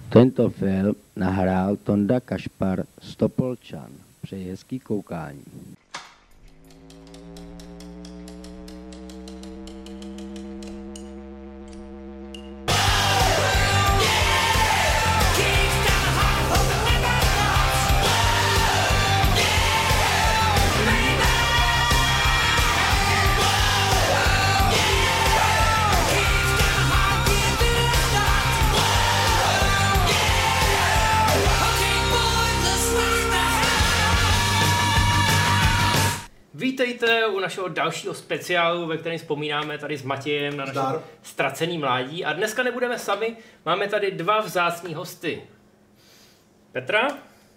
Tento film nahrál Tonda Kašpar z Topolčan. Přeji hezký koukání. Vítejte u našeho dalšího speciálu, ve kterém vzpomínáme tady s Matějem na naše ztracený mládí. A dneska nebudeme sami, máme tady dva vzácní hosty. Petra,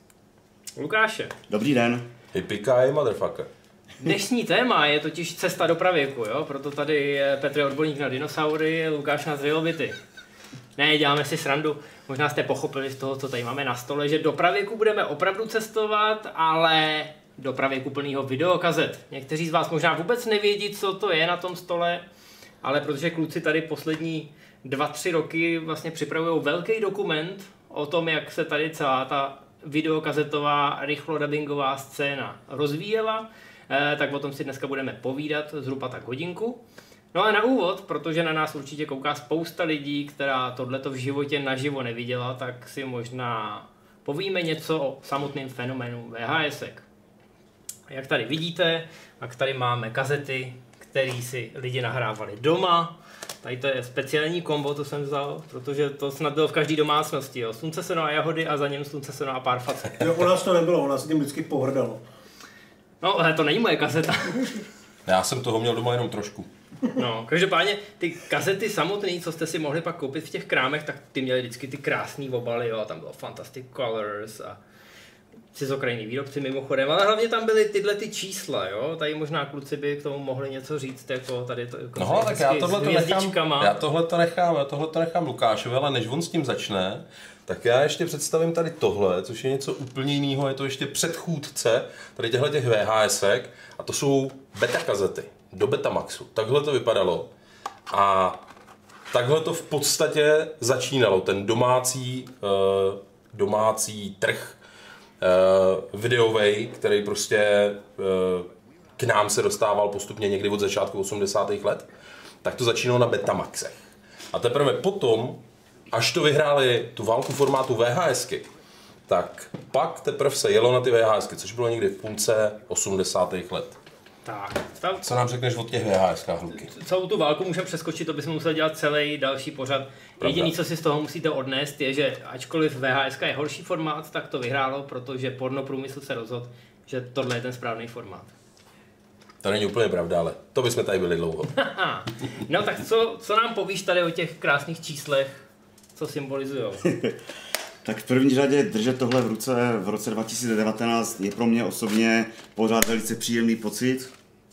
Lukáše. Dobrý den. Hippie motherfucker. Dnešní téma je totiž cesta do pravěku, jo? Proto tady je Petr odborník na dinosaury, Lukáš na trilobity. Ne, děláme si srandu. Možná jste pochopili z toho, co tady máme na stole, že do pravěku budeme opravdu cestovat, ale do pravěku plného videokazet. Někteří z vás možná vůbec nevědí, co to je na tom stole, ale protože kluci tady poslední 2-3 roky vlastně připravují velký dokument o tom, jak se tady celá ta videokazetová rychlodabingová scéna rozvíjela, tak o tom si dneska budeme povídat zhruba tak hodinku. No a na úvod, protože na nás určitě kouká spousta lidí, která tohleto v životě naživo neviděla, tak si možná povíme něco o samotném fenoménu VHSek. Jak tady vidíte, tak tady máme kazety, které si lidi nahrávali doma. Tady to je speciální kombo, to jsem vzal, protože to snad bylo v každé domácnosti. Jo. Slunce, seno a jahody a za něm slunce, seno a pár facek. Jo, u nás to nebylo, u nás se tím vždycky pohrdalo. No, ale to není moje kazeta. Já jsem toho měl doma jenom trošku. No, každopádně ty kazety samotné, co jste si mohli pak koupit v těch krámech, tak ty měly vždycky ty krásný obaly, jo, tam bylo Fantastic Colors a cizokrajní výrobci mimochodem, ale hlavně tam byly tyhle ty čísla, jo, tady možná kluci by k tomu mohli něco říct, jako tady to jako no, tak já tohle to nechám Lukášovi, ale než on s tím začne, tak já ještě představím tady tohle, což je něco úplně jiného, je to ještě předchůdce tady těch VHSek a to jsou beta kazety do Betamaxu. Takhle to vypadalo a takhle to v podstatě začínalo, ten domácí trh videovej, který prostě k nám se dostával postupně někdy od začátku 80. let, tak to začínalo na Betamaxech. A teprve potom, až to vyhráli tu válku formátu VHSky, tak pak teprve se jelo na ty VHSky, což bylo někdy v půlce 80. let. Tak. Co nám řekneš o těch VHSkách, Luky? Celou tu válku můžeme přeskočit, to bychom museli dělat celý další pořad. Jediné, co si z toho musíte odnést, je, že ačkoliv VHS je horší formát, tak to vyhrálo, protože pornoprůmysl se rozhodl, že tohle je ten správný formát. To není úplně pravda, ale to bychom tady byli dlouho. No tak co nám povíš tady o těch krásných číslech, co symbolizujou? Tak v první řadě držet tohle v ruce v roce 2019 je pro mě osobně pořád velice příjemný pocit.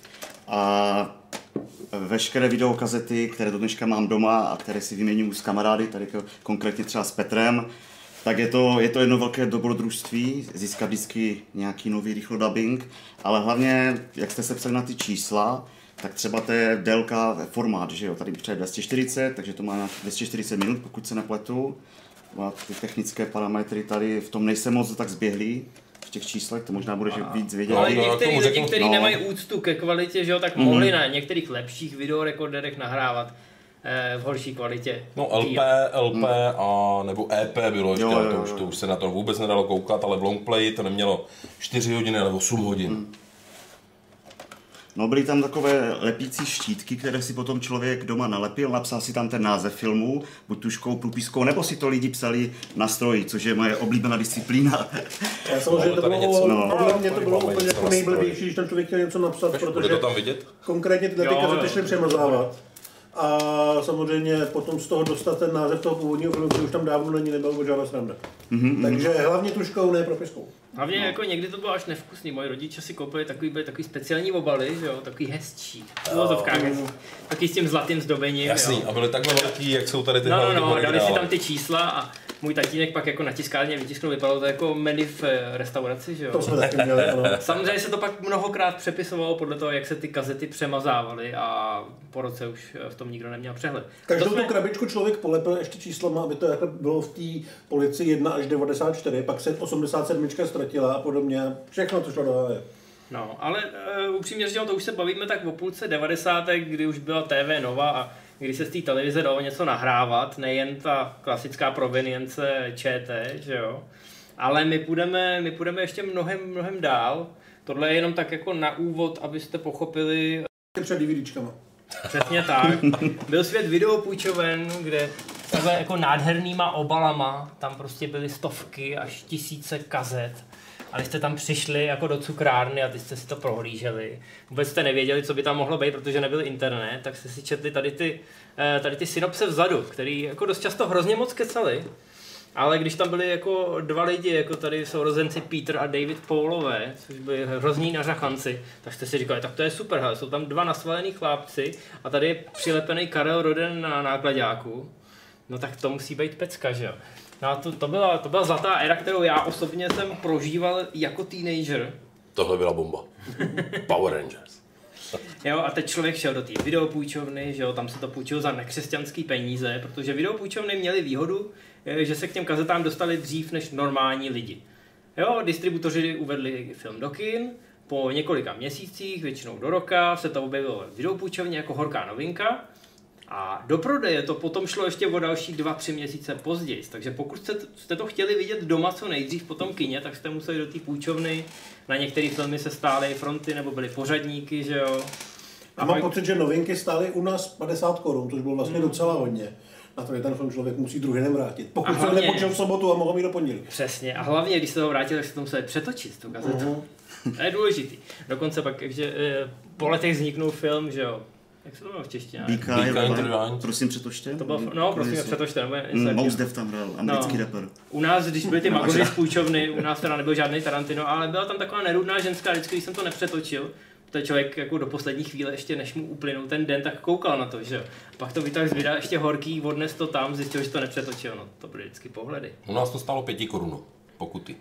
A veškeré videokazety, které do dneška mám doma a které si vyměňuji s kamarády, tady konkrétně třeba s Petrem, tak je to jedno velké dobrodružství, získat vždycky nějaký nový rychlodubbing, ale hlavně, jak jste se psali na ty čísla, tak třeba to je délka formát, že jo, tady třeba 240, takže to má 240 minut, pokud se nepletu. A ty technické parametry tady v tom nejsem moc tak zběhlý v těch číslech, to možná budeš víc vědět. No, ale některý lidi, kteří nemají úctu ke kvalitě, že jo, tak mohli na některých lepších videorekorderech nahrávat v horší kvalitě. No LP a nebo EP bylo ještě, to už se na to vůbec nedalo koukat, ale v longplay to nemělo 4 hodiny, ale 8 hodin. No, byly tam takové lepící štítky, které si potom člověk doma nalepil, napsal si tam ten název filmu, buď tužkou, průpiskou, nebo si to lidi psali na stroji, což je moje oblíbená disciplína. Já samozřejmě to bylo úplně jako nejblbější, když ten člověk chtěl něco napsat, protože to tam vidět? Konkrétně tyhle ty kazety šly přemazávat. A samozřejmě potom z toho dostat ten název toho původního filmu, který už tam dávno není, nebyl žádná sranda. Takže hlavně tužkou, ne propiskou. Hlavně jako někdy to bylo až nevkusný. Moji rodiče si koupili takový speciální obaly, že jo, takový hezčí. Taky s tím zlatým zdobením. Jasný, jo. A byly takhle velký, jak jsou tady ty No, dali si tam ty čísla a můj tatínek pak jako na tiskárně vytisknul, vypadalo to jako menu v restauraci, že jo? To jsme taky měli, ano. Samozřejmě se to pak mnohokrát přepisovalo podle toho, jak se ty kazety přemazávaly a po roce už v tom nikdo neměl přehled. Každou tu krabičku člověk polepil ještě číslama, aby to jako bylo v té polici 1 až 94, pak se 87 ztratila a podobně. Všechno to šlo do hlavy. No, ale upřímně řečeno, to už se bavíme tak o půlce 90. kdy už byla TV Nova a když se z té televize dalo něco nahrávat, nejen ta klasická provenience ČT, že jo, ale my půjdeme ještě mnohem dál. Tohle je jenom tak jako na úvod, abyste pochopili. Před DVDčkama. Přesně tak. Byl svět videopůjčoven, kde takhle jako nádhernýma obalama, tam prostě byly stovky až tisíce kazet. A vy jste tam přišli jako do cukrárny a ty jste si to prohlíželi. Vůbec jste nevěděli, co by tam mohlo být, protože nebyl internet, tak jste si četli tady ty synopse vzadu, který jako dost často hrozně moc kecali. Ale když tam byli jako dva lidi, jako tady sourozenci Peter a David Paulové, což byli hrozní nařachanci, tak jste si říkali, tak to je super, hele, jsou tam dva nasvalený chlápci a tady je přilepený Karel Roden na nákladáku. No tak to musí být pecka, že jo? No a to byla zlatá éra, kterou já osobně jsem prožíval jako teenager. Tohle byla bomba. Power Rangers. Jo, a teď člověk šel do té videopůjčovny, že jo, tam se to půjčilo za nekřesťanský peníze, protože videopůjčovny měly výhodu, že se k těm kazetám dostali dřív než normální lidi. Jo, distributoři uvedli film do kin, po několika měsících, většinou do roka, se to objevilo v videopůjčovně jako horká novinka. A do prodeje to potom šlo ještě o další 2-3 měsíce později. Takže pokud jste to chtěli vidět doma co nejdřív po tom kině, tak jste museli do té půjčovny. Na některé filmy se stály fronty nebo byly pořadníky, že jo. A mám pocit, že novinky stály u nás 50 Kč, což bylo vlastně docela hodně. Na to je ten film člověk musí druhý den vrátit. Pokud se nepůjčil v sobotu a mohl mít do pondělí. Přesně. A hlavně, když se to vrátil, tak se to museli přetočit, tu kazetu. To je důležitý. Dokonce pak, že po letech vzniknul film, že jo. Jak se to bylo v češtině? Prosím přetočte. To bylo, no, prosím přetočte. Mos Def tam hrál, americký rapper. U nás, když byly ty magoři z půjčovny, u nás teda nebyl žádný Tarantino, ale byla tam taková nerudná ženská, vždycky, když jsem to nepřetočil, to člověk jako do poslední chvíle, ještě než mu uplynul ten den, tak koukal na to, že jo. Pak to vytáhl z videa, ještě horký, odnes to tam, zjistil, že to nepřetočil, no to byly vždycky pohledy. U nás to stálo 5 korun pokuty.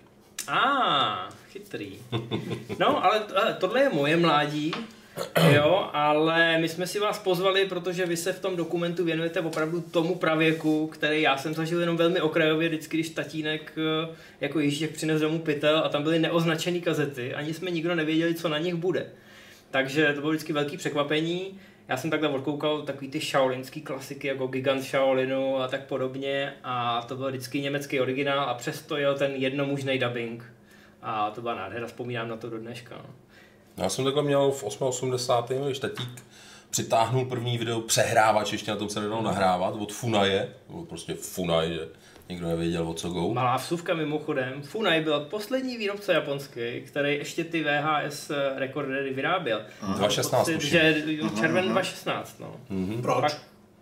Chytrý. No, ale tohle je moje mládí. Jo, ale my jsme si vás pozvali, protože vy se v tom dokumentu věnujete opravdu tomu pravěku, který já jsem zažil jenom velmi okrajově, vždycky, když tatínek jako Ježíšek přines domů pytel a tam byly neoznačené kazety, ani jsme nikdo nevěděli, co na nich bude. Takže to bylo vždycky velký překvapení. Já jsem takhle odkoukal takový ty shaolinský klasiky, jako Gigant Shaolinu a tak podobně a to byl vždycky německý originál a přesto jel ten jednomužný dubbing. A to byla nádhera, vzpomínám na to do dneška. Já jsem takhle měl v 88. když tatík přitáhnul první video přehrávač, ještě na tom se nedalo nahrávat, od Funaje, bylo prostě Funai, že nikdo nevěděl, o co go. Malá vsuvka mimochodem, Funai byl poslední výrobce japonský, který ještě ty VHS rekordery vyráběl. 2016 už. Že červen 2016, no. Proč?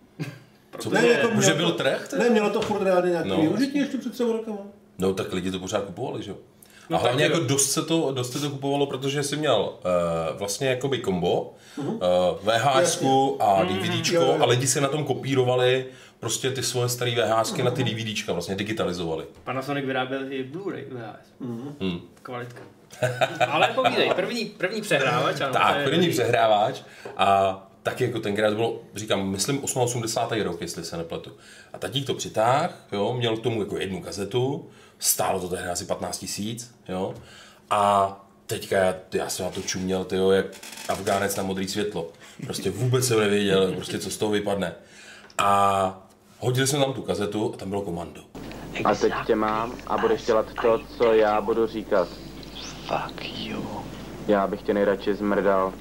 Protože byl trh? Ne, mělo to furt reálně nějaký využití ještě před 3 rokama. No tak lidi to pořád kupovali, že jo. No, a hlavně jako dost se to kupovalo, protože jsi měl vlastně jakoby kombo, VHSku a DVDčko a lidi se na tom kopírovali prostě ty svoje staré VHSky na ty DVDčka, vlastně digitalizovali. Panasonic vyráběl i Blu-ray VHS. Kvalitka. Ale povídej, první přehrávač. Ano, tak, první přehrávač a tak jako tenkrát bylo, říkám, myslím 88. rok, jestli se nepletu. A tatík to přitáhl, jo, měl k tomu jako jednu kazetu, stálo to tehdy asi 15 000, jo, a teďka já jsem na to čuměl, tyjo, jak Afgánec na modrý světlo. Prostě vůbec jsem nevěděl, prostě co z toho vypadne. A hodili jsme tam tu kazetu a tam bylo komando. A teď tě mám a budeš dělat to, co já budu říkat. Fuck you. Já bych tě nejradši zmrdal.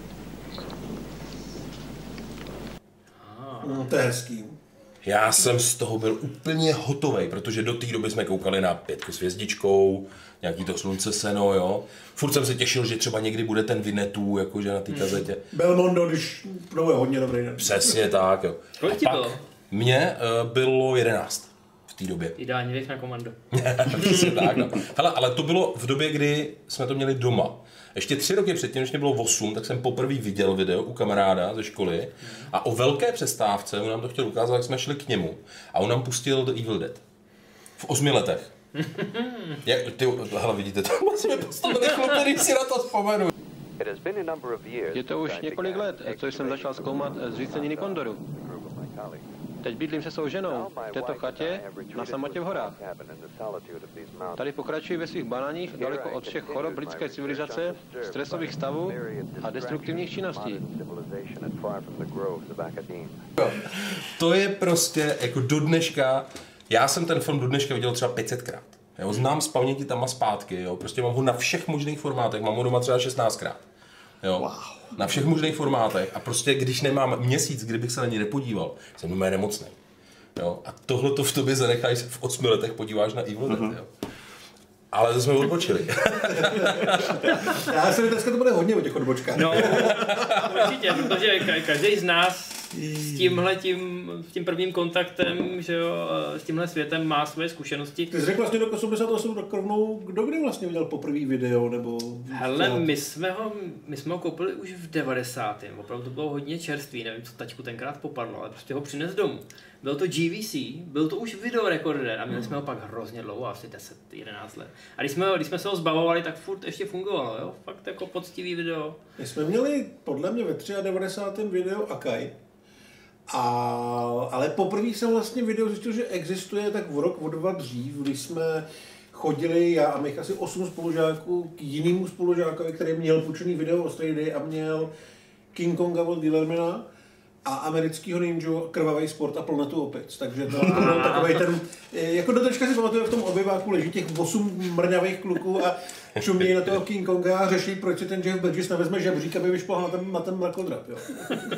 To je hezký. Já jsem z toho byl úplně hotovej, protože do té doby jsme koukali na 5 s hvězdičkou, nějaký to slunce seno, jo. Furt jsem se těšil, že třeba někdy bude ten Vinetů, jakože na té kazetě. Belmondo, když to je hodně dobrý. Ne? Přesně tak, jo. Kolik ti bylo? Mně bylo 11 v té době. Ideální věk na komando. Přesně tak, no. Hele, ale to bylo v době, kdy jsme to měli doma. Ještě 3 roky předtím, když mě bylo 8, tak jsem poprvé viděl video u kamaráda ze školy a o velké přestávce on nám to chtěl ukázat, jak jsme šli k němu a on nám pustil The Evil Dead. V 8 letech. Hele, vidíte, to musíme postavit chlup, který si na to vzpomenu. Je to už několik let, co jsem začal zkoumat zříceniny kondoru. Teď bydlím se svou ženou v této chatě na samotě v horách. Tady pokračuji ve svých bádáních daleko od všech chorob lidské civilizace, stresových stavů a destruktivních činností. To je prostě jako do dneška, já jsem ten film do dneška viděl třeba 500krát. Jo, znám z paměti tam a zpátky, jo, prostě mám ho na všech možných formátech, mám ho doma třeba 16krát. Jo. Wow. Na všech možných formátech a prostě když nemám měsíc, kdybych se na ní nepodíval, jsem doma nemocný. Jo. A tohle to v tobě zanechá, když se v 8 letech podíváš na Evil Dead. Jo. Ale to jsme odbočili. Já si dneska to bude hodně o těch odbočkách. No, určitě, protože každý z nás s tím prvním kontaktem, že jo, s tímhle světem má své zkušenosti. Ty jsi řekl vlastně do 88 tak rovnou, kdo kdy vlastně udělal poprvé video, nebo... Hele, my jsme ho koupili už v 90. Opravdu to bylo hodně čerstvý, nevím, co tačku tenkrát popadlo, ale prostě ho přines domů. Byl to GVC, byl to už videorekorder a měli jsme ho pak hrozně dlouho, asi 10-11 let. A když jsme se ho zbavovali, tak furt ještě fungovalo, jo? Fakt jako poctivý video. My jsme měli podle mě ve 93. video Akai. Ale poprvé jsem vlastně video zjistil, že existuje tak v rok, o 2 dřív, když jsme chodili, já a mých asi 8 spolužáků k jinému spolužákovi, který měl půjčený video o Stray a měl King Konga od Dillermana a americkýho ninju, krvavý sport a planetu opic. Takže to byl takovej ten, jako do teďka si pamatuju, v tom obyváku leží těch 8 mrňavých kluků a čumějí na toho King Konga a řeší, proč si ten Jeff Bridges nevezme žebřík, aby vyšplhal na ten mrakodrap, jo.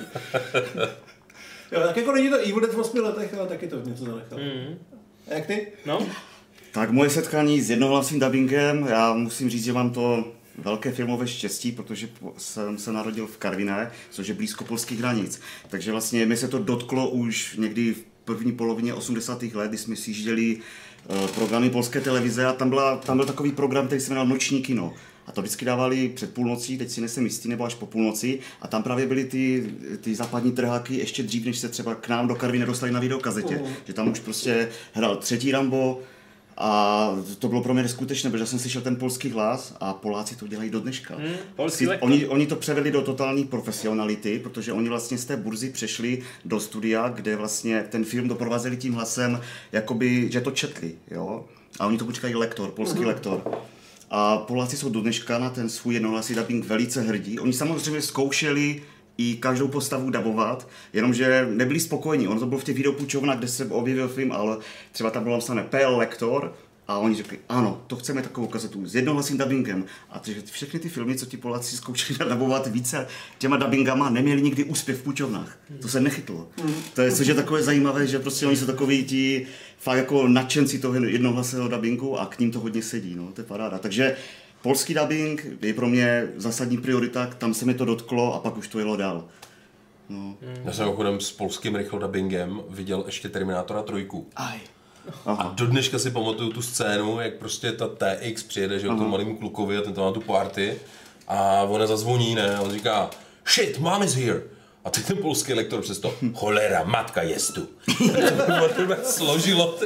Jo, tak jako není to Evil Dead v 8 letech, ale taky to něco zanechal. A jak ty? No? Tak moje setkání s jednohlasým dubbingem, já musím říct, že mám to velké filmové štěstí, protože jsem se narodil v Karviné, což je blízko polských hranic. Takže vlastně mi se to dotklo už někdy v první polovině 80. let, kdy jsme si jížděli programy polské televize a tam byl takový program, který se jmenoval Noční kino. A to vždycky dávali před půlnocí, teď si nejsem jistý, nebo až po půlnoci. A tam právě byly ty západní trháky ještě dřív, než se třeba k nám do Karviny dostali na videokazetě. Že tam už prostě hrál 3. Rambo a to bylo pro mě neskutečné, protože jsem slyšel ten polský hlas a Poláci to dělají do dneška. Oni to převedli do totální profesionality, protože oni vlastně z té burzy přešli do studia, kde vlastně ten film doprovázeli tím hlasem, jakoby, že to četli, jo. A oni to říkají lektor, polský lektor. A Poláci jsou do dneška na ten svůj jednohlasý dubbing velice hrdí. Oni samozřejmě zkoušeli i každou postavu dabovat, jenomže nebyli spokojení. Ono to bylo v těch videopůjčovnách, kde se objevil film, ale třeba tam bylo napsané PL Lektor a oni řekli, ano, to chceme takovou kazetu s jednohlasým dubbingem. A všechny ty filmy, co ti Poláci zkoušeli dabovat více těma dubbingama, neměli nikdy úspěch v půjčovnách. To se nechytlo. To je, což je takové zajímavé, že prostě oni jsou takový ti fakt jako nadšenci toho jednohlasného dubbingu a k ním to hodně sedí, no, to je paráda. Takže polský dubbing je pro mě zásadní priorita, tam se mi to dotklo a pak už to jelo dál. No. Já jsem ochodem s polským rychlodubbingem viděl ještě Terminátora 3. Aj. A do dneška si pamatuju tu scénu, jak prostě ta TX přijede, že tomu malému klukovi a ten to má tu party a ona zazvoní, ne, on říká shit, mom is here. A teď ten polský lektor přesto, cholera, matka jest tu. To složilo.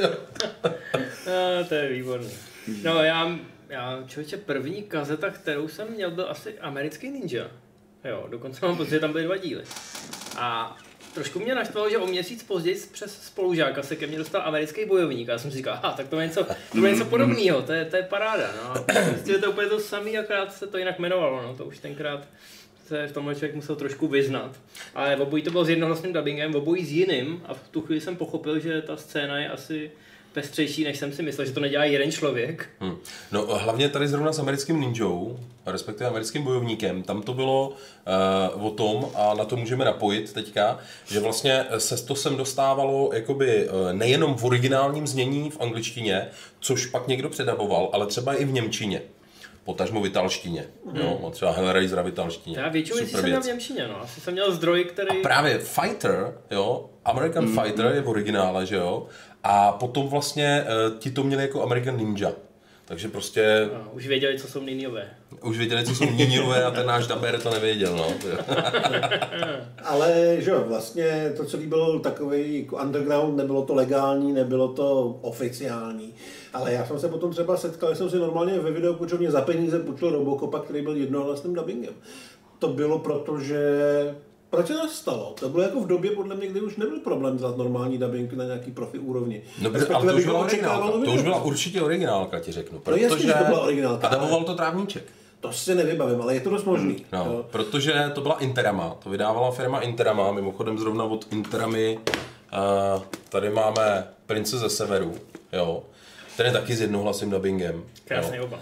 To je výborný. No já člověče, první kazeta, kterou jsem měl, byl asi Americký ninja. Jo, dokonce mám pocit, že tam byly 2 díly. A trošku mě naštvalo, že o měsíc později přes spolužáka se ke mně dostal Americký bojovník. A já jsem si říkal, tak to je něco podobného, to je paráda. No. Prostě to je úplně to samý, akorát se to jinak jmenovalo, no. To už tenkrát se v tomhle člověk musel trošku vyznat. Ale obojí to bylo s jednohlasným dubbingem, obojí s jiným a v tu chvíli jsem pochopil, že ta scéna je asi pestřejší, než jsem si myslel, že to nedělá jeden člověk. No hlavně tady zrovna s americkým ninjou, respektive americkým bojovníkem, tam to bylo o tom, a na to můžeme napojit teďka, že vlastně se to sem dostávalo jakoby nejenom v originálním znění v angličtině, což pak někdo předaboval, ale třeba i v němčině. Potažmo v italštině, jo, třeba Hellraisera v italštině. Já většinou jsem měl v němčině, no, asi jsem měl zdroj, který... A právě Fighter, jo, American Fighter je v originále, že jo, a potom vlastně ti to měli jako American Ninja. Takže prostě... No, už věděli, co jsou ninjové. už věděli, co jsou Níniové a ten náš daber to nevěděl, no. Ale že jo, vlastně to celý bylo takový jako underground, nebylo to legální, nebylo to oficiální. Ale já jsem se potom třeba setkal, že jsem si normálně ve videopočovně za peníze půjčil Robocopa, který byl jednohlasným dubbingem. To bylo proto, že... Proč se to stalo? To bylo jako v době, podle mě, kdy už nebyl problém dělat normální dubbing na nějaký profi úrovni. No, ale to už byla originálka. To už byla určitě originálka, ti řeknu. No jasně, že to byla originálka. A daboval to Trávníček. To si nevybavím, ale je to dost možný. No, protože to byla Interama, to vydávala firma Interama, mimochodem zrovna od Interamy tady máme Prince ze severu, jo. Ten je taky s jednohlasým dubbingem. Krásný oba.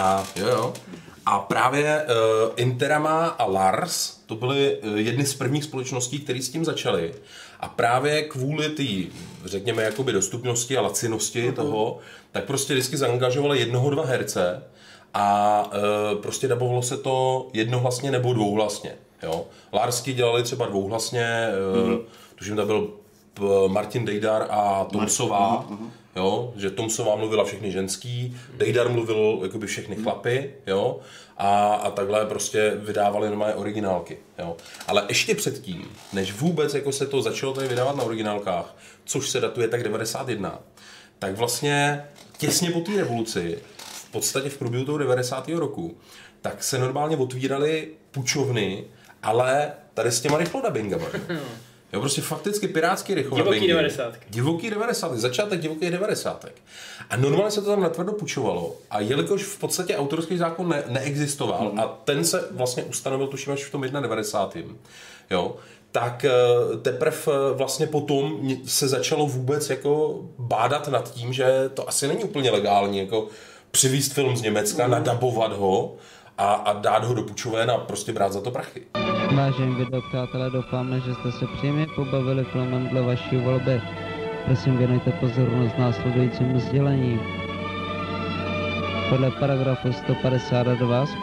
A právě Interama a Lars, to byly jedny z prvních společností, které s tím začaly. A právě kvůli té, řekněme, jakoby dostupnosti a lacinosti toho, tak prostě vždycky zaangažovali 1-2 herce a prostě dabovalo se to jednohlasně nebo dvouhlasně. Jo? Larsky dělali třeba dvouhlasně, tuším, tam byl Martin Dejdar a Tomsová, jo? Že Tomsová mluvila všechny ženský, Dejdar mluvil jakoby všechny chlapy, jo? A takhle prostě vydávali normálně originálky. Jo? Ale ještě předtím, než vůbec jako se to začalo tady vydávat na originálkách, což se datuje tak 91, tak vlastně těsně po té revoluci, v podstatě v průběhu toho 90. roku, tak se normálně otvíraly půjčovny, ale tady s těma rychlodabingama. Jo, prostě fakticky pirátský rychlodabingy. Divoký 90. Divoký 90. Začátek divokých 90. A normálně se to tam natvrdo půjčovalo. A jelikož v podstatě autorský zákon neexistoval a ten se vlastně ustanovil tuším až v tom 91. Jo, tak teprve vlastně potom se začalo vůbec jako bádat nad tím, že to asi není úplně legální, jako přivízt film z Německa, nadabovat ho a dát ho do půjčoven a prostě brát za to prachy. Vážení videopřátelé, doufáme, že jste se příjemně pobavili filmem dle vaší volby. Prosím, věnujte pozornost následujícímu sdělení. Podle paragrafu 152 z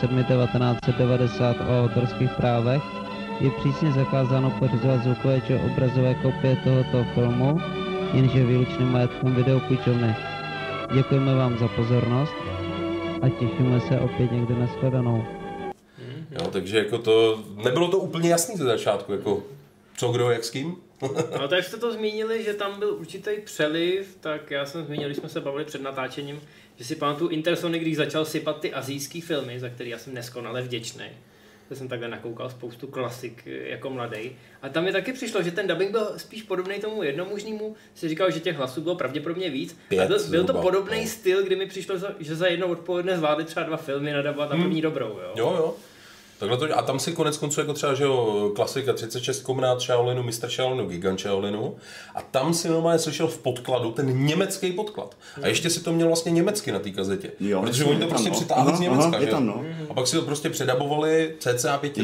1.7.1990 o autorských právech je přísně zakázáno pořizovat zvukové či obrazové kopie tohoto filmu, jenže výlučným majetkem videopůjčovny. Děkujeme vám za pozornost a těšíme se opět někdy na shledanou. Jo, takže jako to, nebylo to úplně jasný ze začátku, jako co, kdo, jak s kým? No tak jste to zmínili, že tam byl určitý přeliv, tak já jsem zmínil, když jsme se bavili před natáčením, že si pamatuju Intersonic, když začal sypat ty asijský filmy, za který já jsem neskonale vděčný. Já jsem takhle nakoukal spoustu klasik jako mladý. A tam mi taky přišlo, že ten dubbing byl spíš podobný tomu jednomužnému. Si říkal, že těch hlasů bylo pravděpodobně víc. A byl to podobný styl, kdy mi přišlo, že za jedno odpoledne zvládli třeba 2 filmy nadabovat na první dobrou. Jo. Takhle to, a tam si konec konců jako třeba, že jo, klasika 36 komnát Shaolinu, Mistr Shaolinu, Gigant Shaolinu a tam si normálně slyšel v podkladu ten německý podklad. A ještě si to měl vlastně německy na té kazetě. Jo, protože oni to prostě přitáhli z Německa, že? A pak si to prostě předabovali cca 5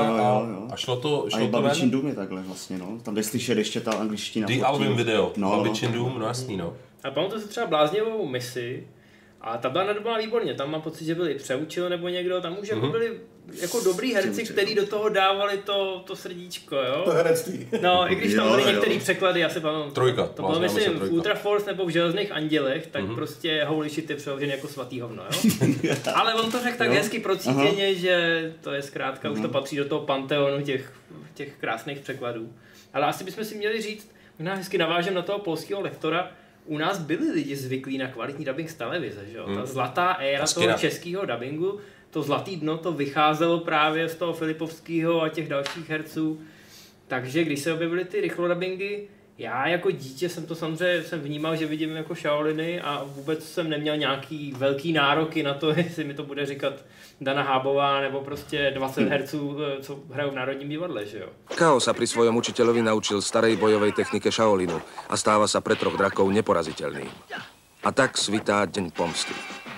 a šlo to a i Babičin dům je takhle vlastně, no. Tam jde slyšet ještě ta angličtina. The Album Video, Babičin dům, no jasný, no. A pamatuju si třeba Bláznivou misi, a ta byla nadobala výborně, tam mám pocit, že byli Přeučil nebo někdo, tam už jako byli jako dobrý herci, kteří do toho dávali to srdíčko, jo? To herectví. No, i když tam byly některé překlady, já si pamatuju. Trojka. To bylo, myslím, v Ultra Force nebo v Železných andělech, tak prostě holy shit je přeložený jako svatý hovno, jo? Ale on to řekl tak hezky procítěně, že to je zkrátka, už to patří do toho panteonu těch krásných překladů. Ale asi bychom si měli říct, možná hezky navážem na toho polského lektora, u nás byli lidi zvyklí na kvalitní dubbing z televize, že jo? Ta zlatá éra toho českého dubbingu, to zlatý dno, to vycházelo právě z toho Filipovského a těch dalších herců. Takže když se objevily ty rychlodubbingy, já jako dítě jsem to samozřejmě vnímal, že vidím jako Shaoliny a vůbec jsem neměl nějaký velký nároky na to, jestli mi to bude říkat Dana Hábová nebo prostě 20 herců, co hrajou v Národním divadle, že jo. Kao sa pri svojom učiteľovi naučil starej bojovej technike Shaolinu a stáva sa pre 3 drakov neporaziteľný. A tak svitá deň pomsty.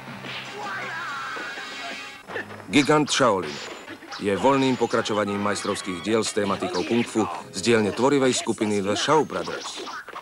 Gigant Shaolin je voľným pokračovaním majstrovských diel s tématikou kung fu z dielne tvorivej skupiny The Shaw Brothers.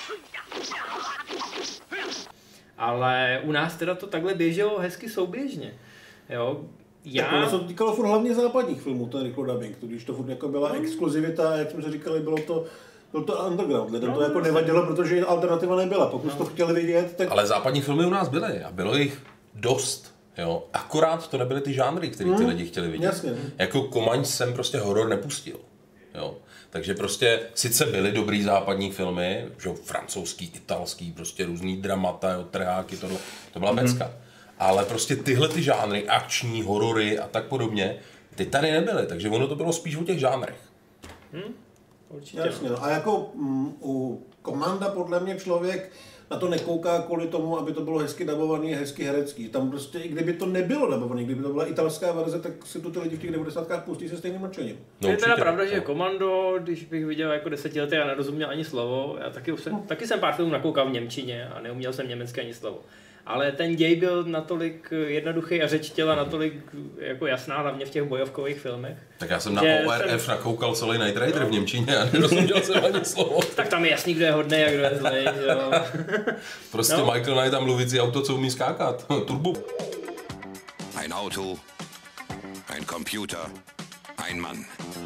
Ale u nás teda to takhle běželo hezky souběžně, jo. Tak ono se to týkalo furt hlavně západních filmů, ten rychlodubbing, když to furt jako byla exkluzivita, jak jsme se říkali, byl to underground, lidem to jako nevadilo, protože alternativa nebyla, pokud to chtěli vidět, tak... Ale západní filmy u nás byly a bylo jich dost. Jo, akorát to nebyly ty žánry, které ty lidi chtěli vidět. Jasně. Jako Komaň jsem prostě horor nepustil. Jo. Takže prostě sice byly dobrý západní filmy, že francouzský, italský, prostě různý dramata, jo, trháky, tohle, to byla pecka. Ale prostě tyhle ty žánry, akční, horory a tak podobně, ty tady nebyly, takže ono to bylo spíš o těch žánrech. Určitě. Jasně, no. A jako u Komanda podle mě člověk na to nekouká kvůli tomu, aby to bylo hezky dabovaný, hezky herecký. Tam prostě, i kdyby to nebylo dabovaný, kdyby to byla italská verze, tak si to ty lidi v těch 90kách pustí se stejným nadšením. No, je teda pravda, že Komando, když bych viděl jako 10letý a nerozuměl ani slovo, já taky jsem pár filmů nakoukal v němčině a neuměl jsem německy ani slovo. Ale ten děj byl natolik jednoduchý a řeč těla natolik jako jasná, hlavně v těch bojovkových filmech. Tak já jsem na ORF nakoukal celý Night Rider v němčině a nerozuměl jsem ani slovo. Tak tam je jasný, kdo je hodnej a kdo je zlej, jo. Prostě no. Michael Knight tam mluvící auto, co umí skákat. Turbo. Ein Auto, ein Computer, ein Mann.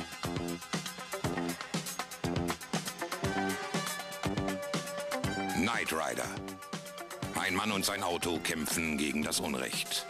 Knight Rider. Ein Mann und sein Auto kämpfen gegen das Unrecht.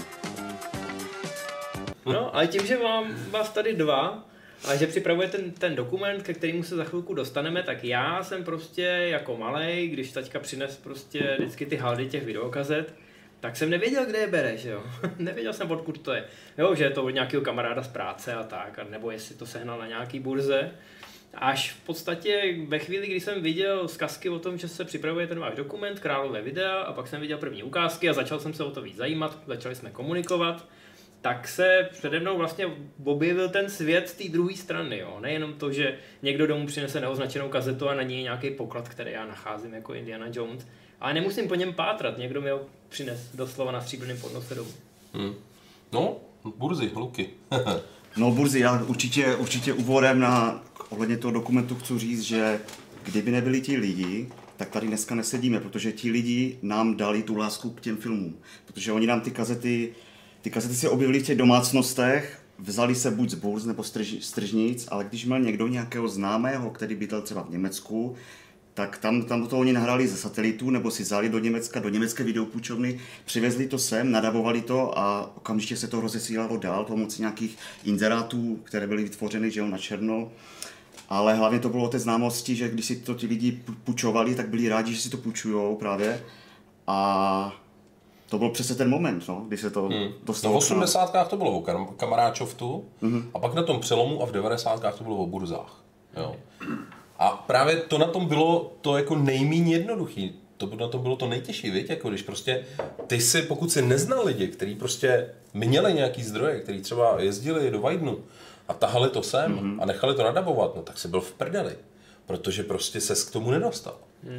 No, ale tím, že mám vás tady dva a že připravuje ten dokument, ke kterému se za chvilku dostaneme, tak já jsem prostě jako malej, když taťka přines prostě vždycky ty haldy těch videokazet, tak jsem nevěděl, kde je bereš, jo. Nevěděl jsem, odkud to je. Jo, že je to od nějakého kamaráda z práce a tak, nebo jestli to sehnal na nějaký burze. Až v podstatě ve chvíli, kdy jsem viděl zkazky o tom, že se připravuje ten váš dokument, Králové videa, a pak jsem viděl první ukázky a začal jsem se o to víc zajímat, začali jsme komunikovat, tak se přede mnou vlastně objevil ten svět z té druhé strany. Jo. Nejenom to, že někdo domů přinese neoznačenou kazetu a na ní je nějaký poklad, který já nacházím jako Indiana Jones, ale nemusím po něm pátrat, někdo mi ho přines doslova na stříbrném podnose domů. No, burzy, Luky. No burzy, já určitě úvodem ohledně toho dokumentu chci říct, že kdyby nebyli ti lidi, tak tady dneska nesedíme, protože ti lidi nám dali tu lásku k těm filmům. Protože oni nám ty kazety se objevily v těch domácnostech, vzali se buď z burz nebo z tržnic, ale když měl někdo nějakého známého, který bydlel třeba v Německu, tak tam do toho oni nahrali ze satelitu, nebo si vzali do německé videopůjčovny, přivezli to sem, nadabovali to a okamžitě se to rozesílalo dál pomocí nějakých inzerátů, které byly vytvořeny, že jo, na černo. Ale hlavně to bylo o té známosti, že když si to ti lidi půjčovali, tak byli rádi, že si to půjčujou právě. A to byl přesně ten moment, no, kdy se to dostalo. No v 80kách to bylo o kamaráčovtu a pak na tom přelomu a v 90kách to bylo o burzách. Jo. A právě to na tom bylo to jako nejméně jednoduchý. To na tom bylo to nejtěžší, víš? Jako když prostě ty si, pokud si neznal lidi, kteří prostě měli nějaký zdroje, kteří třeba jezdili do Weidnu a tahali to sem a nechali to nadabovat, no tak si byl v prdeli, protože prostě ses k tomu nedostal.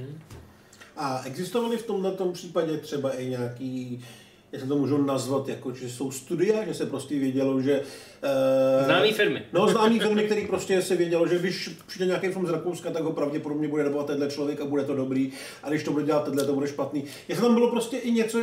A existovaly v tomto případě třeba i nějaký, jestli to můžu nazvat, jako, že jsou studia, že se prostě vědělo, že... Známý firmy. No, známý firmy, který prostě se vědělo, že když přijde nějaký film z Rakouska, tak ho pravděpodobně bude dabovat tenhle člověk a bude to dobrý, a když to bude dělat tenhle, to bude špatný. Jestli tam bylo prostě i něco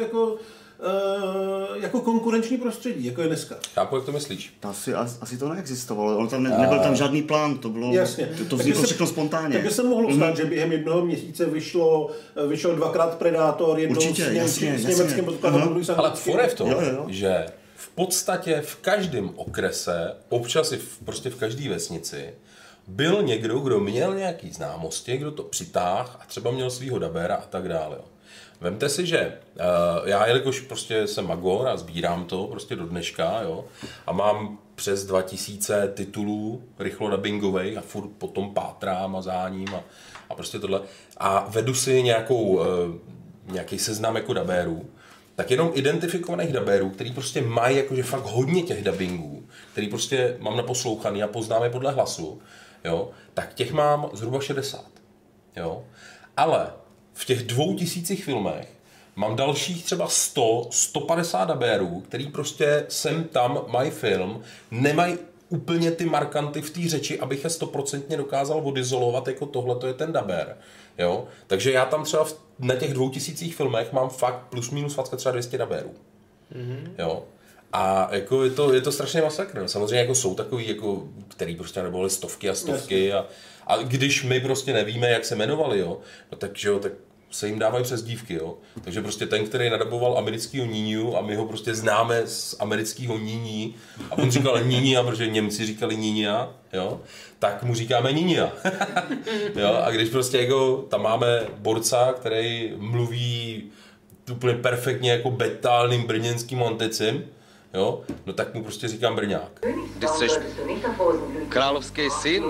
jako konkurenční prostředí, jako je dneska. Chápu, jak to myslíš? Asi to neexistovalo, nebyl tam žádný plán, to bylo, jasně. To vzniklo všechno spontánně. Takže se mohlo stát, že během jednoho měsíce vyšel dvakrát Predátor, jednou s německým podkladem. Ale furt je v tom, že v podstatě v každém okrese, občas i prostě v každé vesnici, byl někdo, kdo měl nějaký známosti, kdo to přitáhl a třeba měl svýho dabéra a tak dále. Vemte si, že já, jelikož prostě jsem magor a sbírám to prostě do dneška, jo, a mám přes 2000 titulů rychlo dubbingových a furt potom pátrám a záním a prostě tohle. A vedu si nějaký seznam jako dabérů, tak jenom identifikovaných dabérů, který prostě mají jakože fakt hodně těch dubbingů, který prostě mám naposlouchaný a poznám je podle hlasu, jo, tak těch mám zhruba 60. Jo. Ale v těch 2000 filmech mám dalších třeba 100-150 dabérů, který prostě sem tam mají film, nemají úplně ty markanty v té řeči, abych je 100% dokázal odizolovat, jako tohle to je ten dabér. Jo? Takže já tam třeba na těch 2000 filmech mám fakt plus minus třeba 200 dabérů. Jo? A jako je to strašně masakr. Samozřejmě jako jsou takový, jako, který prostě nebyly stovky a stovky a když my prostě nevíme, jak se jmenovali, jo, no tak se jim dávají přezdívky, jo. Takže prostě ten, který nadaboval americkýho Níňu a my ho prostě známe z amerického Níní a on říkal Níňa, protože Němci říkali Níňa, jo, tak mu říkáme Níňa. Jo, a když prostě jako tam máme borca, který mluví úplně perfektně jako betálným brněnským anticím, jo, no tak mu prostě říkám Brňák. Když jsi královský syn,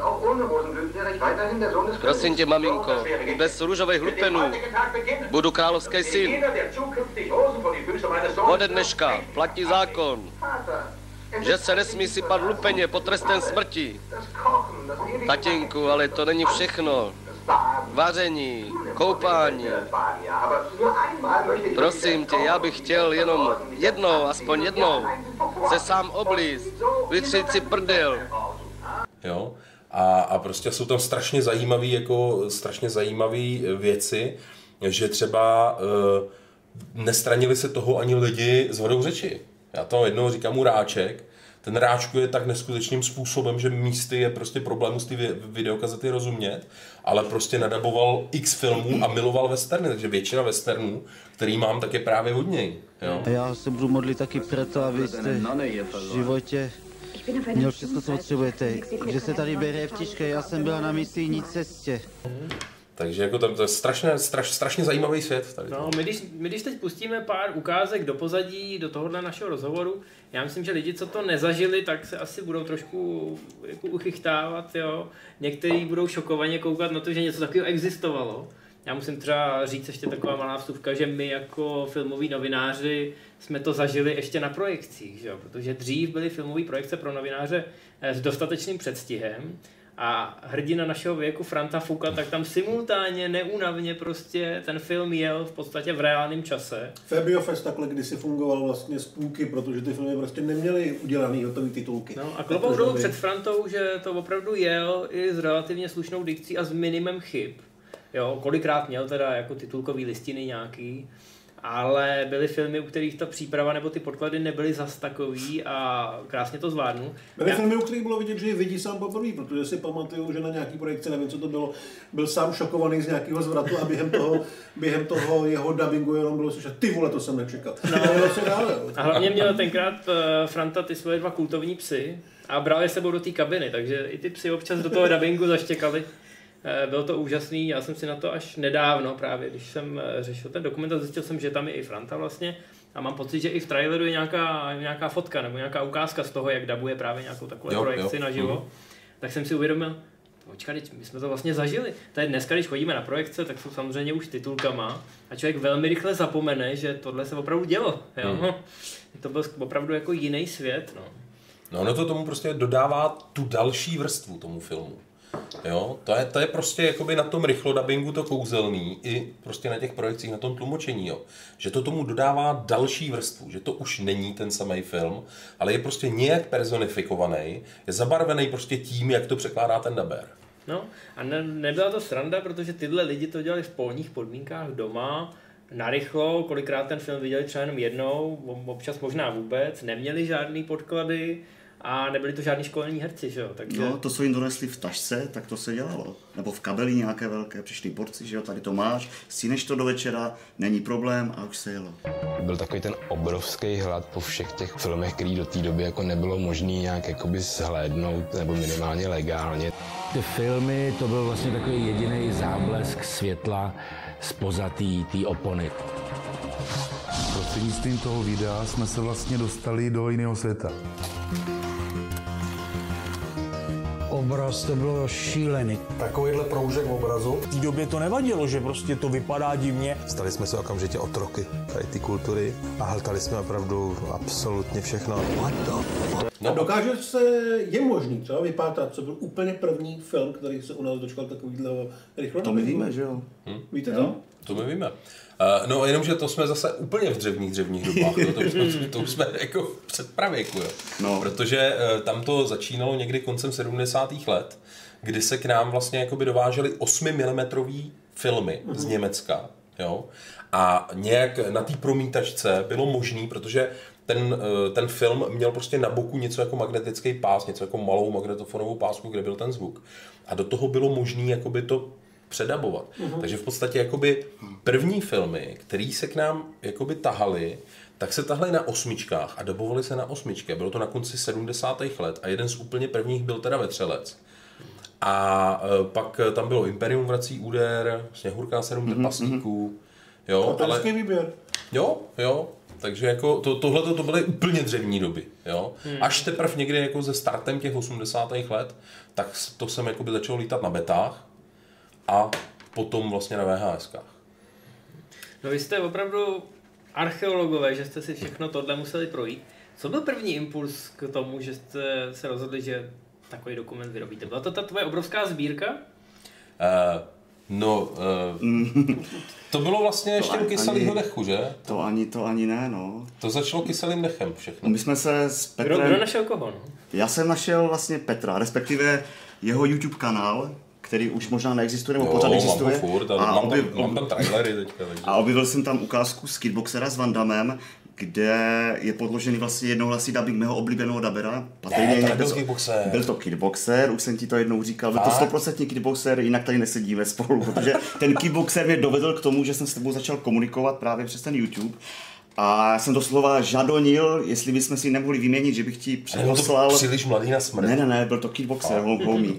prosím tě, maminko, bez růžových lupenů, budu královský syn. Ode dneška platí zákon, že se nesmí sypat lupeně pod trestem smrti. Tatínku, ale to není všechno. Vaření, koupání. Prosím tě, já bych chtěl jenom jednou, aspoň jednou, se sám oblízt, vytřít si prdel. Jo? A prostě jsou tam strašně zajímavé věci, že třeba nestranili se toho ani lidi s vodou řeči. Já to jednoho říkám mu Ráček. Ten ráčkuje tak neskutečným způsobem, že místy je prostě problém z té videokazety rozumět, ale prostě nadaboval x filmů a miloval westerny, takže většina westernů, který mám, tak je právě od něj. Jo? A já se budu modlit taky proto, abyste v životě měl všechno, co potřebujete. Že se tady bere v těžké, já jsem byla na misijní cestě. Takže jako tam to je strašně zajímavý svět. Tady no, my když teď pustíme pár ukázek do pozadí, do tohohle našeho rozhovoru, já myslím, že lidi, co to nezažili, tak se asi budou trošku jako uchychtávat, jo. Někteří budou šokovaně koukat na to, že něco takového existovalo. Já musím třeba říct ještě taková malá vstupka, že my jako filmoví novináři jsme to zažili ještě na projekcích, že jo? Protože dřív byly filmové projekce pro novináře s dostatečným předstihem. A hrdina našeho věku Franta Fuka, tak tam simultánně, neúnavně prostě ten film jel v podstatě v reálném čase. Fabio Fest takhle kdysi fungoval vlastně z půlky, protože ty filmy prostě neměly udělaný hotový titulky. No a klobouk dolů před Frantou, že to opravdu jel i s relativně slušnou dikcí a s minimem chyb. Jo, kolikrát měl teda jako titulkový listiny nějaký, ale byly filmy, u kterých ta příprava nebo ty podklady nebyly zas takový a krásně to zvládnu. Byly filmy, u kterých bylo vidět, že je vidí sám poprvé, protože si pamatuju, že na nějaký projekci, nevím, co to bylo, byl sám šokovaný z nějakého zvratu a během toho jeho dubbingu jenom bylo slyšet, ty vole, to jsem nečekal. No, a hlavně měl tenkrát Franta ty svoje 2 kultovní psy a bral je sebou do té kabiny, takže i ty psy občas do toho dubbingu zaštěkali. Bylo to úžasný, já jsem si na to až nedávno právě, když jsem řešil ten dokument a zjistil jsem, že tam je i Franta vlastně a mám pocit, že i v traileru je nějaká fotka nebo nějaká ukázka z toho, jak dabuje právě nějakou takovou projekci naživo. Tak jsem si uvědomil, počkej, my jsme to vlastně zažili. Tady dneska, když chodíme na projekce, tak jsou samozřejmě už titulkama a člověk velmi rychle zapomene, že tohle se opravdu dělo. Jo? To byl opravdu jako jiný svět. No ono to tomu prostě dodává tu další vrstvu tomu filmu. Jo, to je prostě jakoby na tom rychlodabingu to kouzelný i prostě na těch projekcích, na tom tlumočení, jo. Že to tomu dodává další vrstvu, že to už není ten samý film, ale je prostě nějak personifikovaný, je zabarvený prostě tím, jak to překládá ten dabér. No a nebyla to sranda, protože tyhle lidi to dělali v polních podmínkách doma, narychlo, kolikrát ten film viděli třeba jenom jednou, občas možná vůbec, neměli žádný podklady, a nebyli to žádní školní herci, že jo? Takže... No, to, co jim donesli v tašce, tak to se dělalo. Nebo v kabeli nějaké velké, přišli borci, že jo, tady to máš, stíneš to do večera, není problém a už se jelo. Byl takový ten obrovský hlad po všech těch filmech, který do té doby jako nebylo možné nějak jakoby zhlédnout, nebo minimálně legálně. Ty filmy, to byl vlastně takový jediný záblesk světla zpoza té opony. Prostřednictvím toho videa jsme se vlastně dostali do jiného světa. Obraz, to bylo šílený. Takovýhle proužek v obrazu. V té době to nevadilo, že prostě to vypadá divně. Stali jsme se okamžitě otroky tady ty kultury a hltali jsme opravdu absolutně všechno. No. Dokáže se, je možný třeba vypátat, co byl úplně první film, který se u nás dočkal takovýhle rychle? To my víme, že jo? Víte to? To my víme. No jenomže to jsme zase úplně v dřevních dobách, to už jsme jako před pravěku, jo. No. Protože tam to začínalo někdy koncem 70. let, kdy se k nám vlastně jakoby dovážely 8mm filmy z Německa, jo. A nějak na té promítačce bylo možný, protože ten film měl prostě na boku něco jako magnetický pás, něco jako malou magnetofonovou pásku, kde byl ten zvuk. A do toho bylo možný jakoby to předabovat. Takže v podstatě jakoby první filmy, které se k nám jakoby tahaly, tak se tahly na 8 a dabovaly se na 8. Bylo to na konci 70. let a jeden z úplně prvních byl teda Vetřelec. A pak tam bylo Imperium vrací úder, Sněhurka 7 trpaslíků. Jo, ale výběr. Jo. Takže jako tohle to byly úplně dřevní doby, jo. Až teprve někdy jako se startem těch 80. let, tak to jsem jakoby začal lítat na betách a potom vlastně na VHSkách. No vy jste opravdu archeologové, že jste si všechno tohle museli projít. Co byl první impuls k tomu, že jste se rozhodli, že takový dokument vyrobíte? Byla to ta tvoje obrovská sbírka? To bylo vlastně ještě u kyselého dechu, že? To ani ne, no. To začalo kyselým dechem všechno. My jsme se s Petrem... Kdo našel koho, no? Já jsem našel vlastně Petra, respektive jeho YouTube kanál, který už možná neexistuje, nebo pořád existuje. Mám ho furt, mám tam trailery teďka. A objevil jsem tam ukázku z Kickboxera s Van Dammem, kde je podložený vlastně jednohlasý dubbing mého oblíbeného dabera. Byl to Kickboxer, už jsem ti to jednou říkal, byl to 100% Kickboxer, jinak tady nesedíme spolu, protože ten Kickboxer mě dovedl k tomu, že jsem s tebou začal komunikovat právě přes ten YouTube. A já jsem doslova žadonil, jestli bychom si nemohli vyměnit, že bych ti přeposlal... Příliš mladý na smrt. Ne, byl to Kickboxer, homie.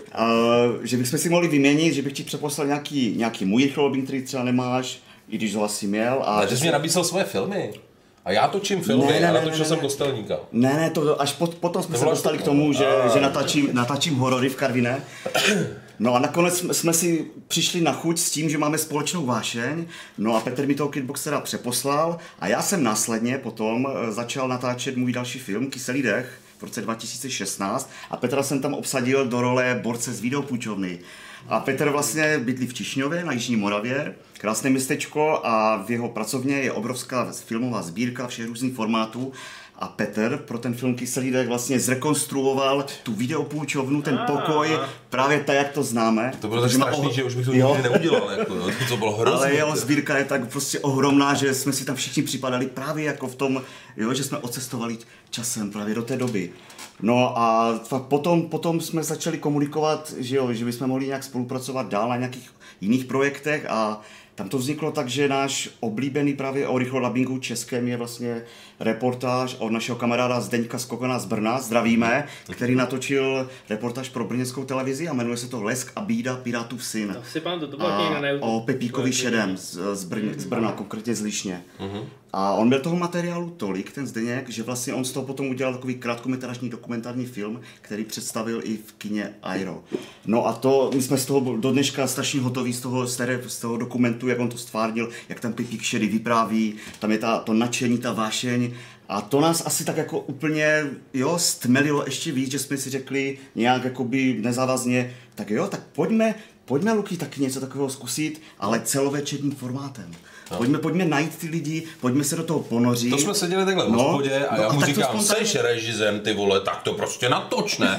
Že bychom si mohli vyměnit, že bych ti přeposlal nějaký můj rychlobing, který třeba nemáš, i když ho asi měl. Ale ty jsi mě nabízel svoje filmy. A já točím filmy a natočil jsem Kostelníka. Ne, to až potom jsme se dostali k tomu, že natáčím horory v Karviné. No a nakonec jsme si přišli na chuť s tím, že máme společnou vášeň. No a Petr mi toho Kickboxera přeposlal a já jsem následně potom začal natáčet můj další film Kyselý dech v roce 2016 a Petra jsem tam obsadil do role borce z videopůjčovny. A Petr vlastně bydlí v Tišňově na Jižní Moravě, krásné městečko a v jeho pracovně je obrovská filmová sbírka všech různých formátů. A Petr pro ten film Kyselý dech vlastně zrekonstruoval tu videopůjčovnu, ten pokoj, právě tak, jak to známe. To bylo tak strašný, že už bych to nikdy neudělal, jako, to bylo hrozné. Ale jeho sbírka je tak prostě ohromná, že jsme si tam všichni připadali právě jako v tom, že jsme odcestovali časem právě do té doby. No a potom jsme začali komunikovat, že bychom mohli nějak spolupracovat dál na nějakých jiných projektech a tam to vzniklo tak, že náš oblíbený právě o rychlodabingu českém je vlastně reportáž od našeho kamaráda Zdeňka Skokana z Brna, zdravíme, který natočil reportáž pro brněnskou televizi a jmenuje se to Lesk a bída pirátův syn. To bylo na YouTube. O Pepíkovi Šedem z Brna, konkrétně z Líšně. A on byl toho materiálu tolik, ten Zdeněk, že vlastně on z toho potom udělal takový krátkometrážní dokumentární film, který představil i v kině Aero. No a my jsme z toho do dneška strašně hotoví z toho dokumentu, jak on to stvárnil, jak tam Pepík Šedý vypráví, tam je to nadšení, ta vášeň. A to nás asi tak jako úplně stmelilo ještě víc, že jsme si řekli nějak jakoby nezávazně, tak pojďme Luky taky něco takového zkusit, ale celovečerním formátem. Pojďme najít ty lidi, pojďme se do toho ponořit. To jsme seděli takhle v hospodě a já mu říkám, seš režisérem, ty vole, tak to prostě natoč, ne?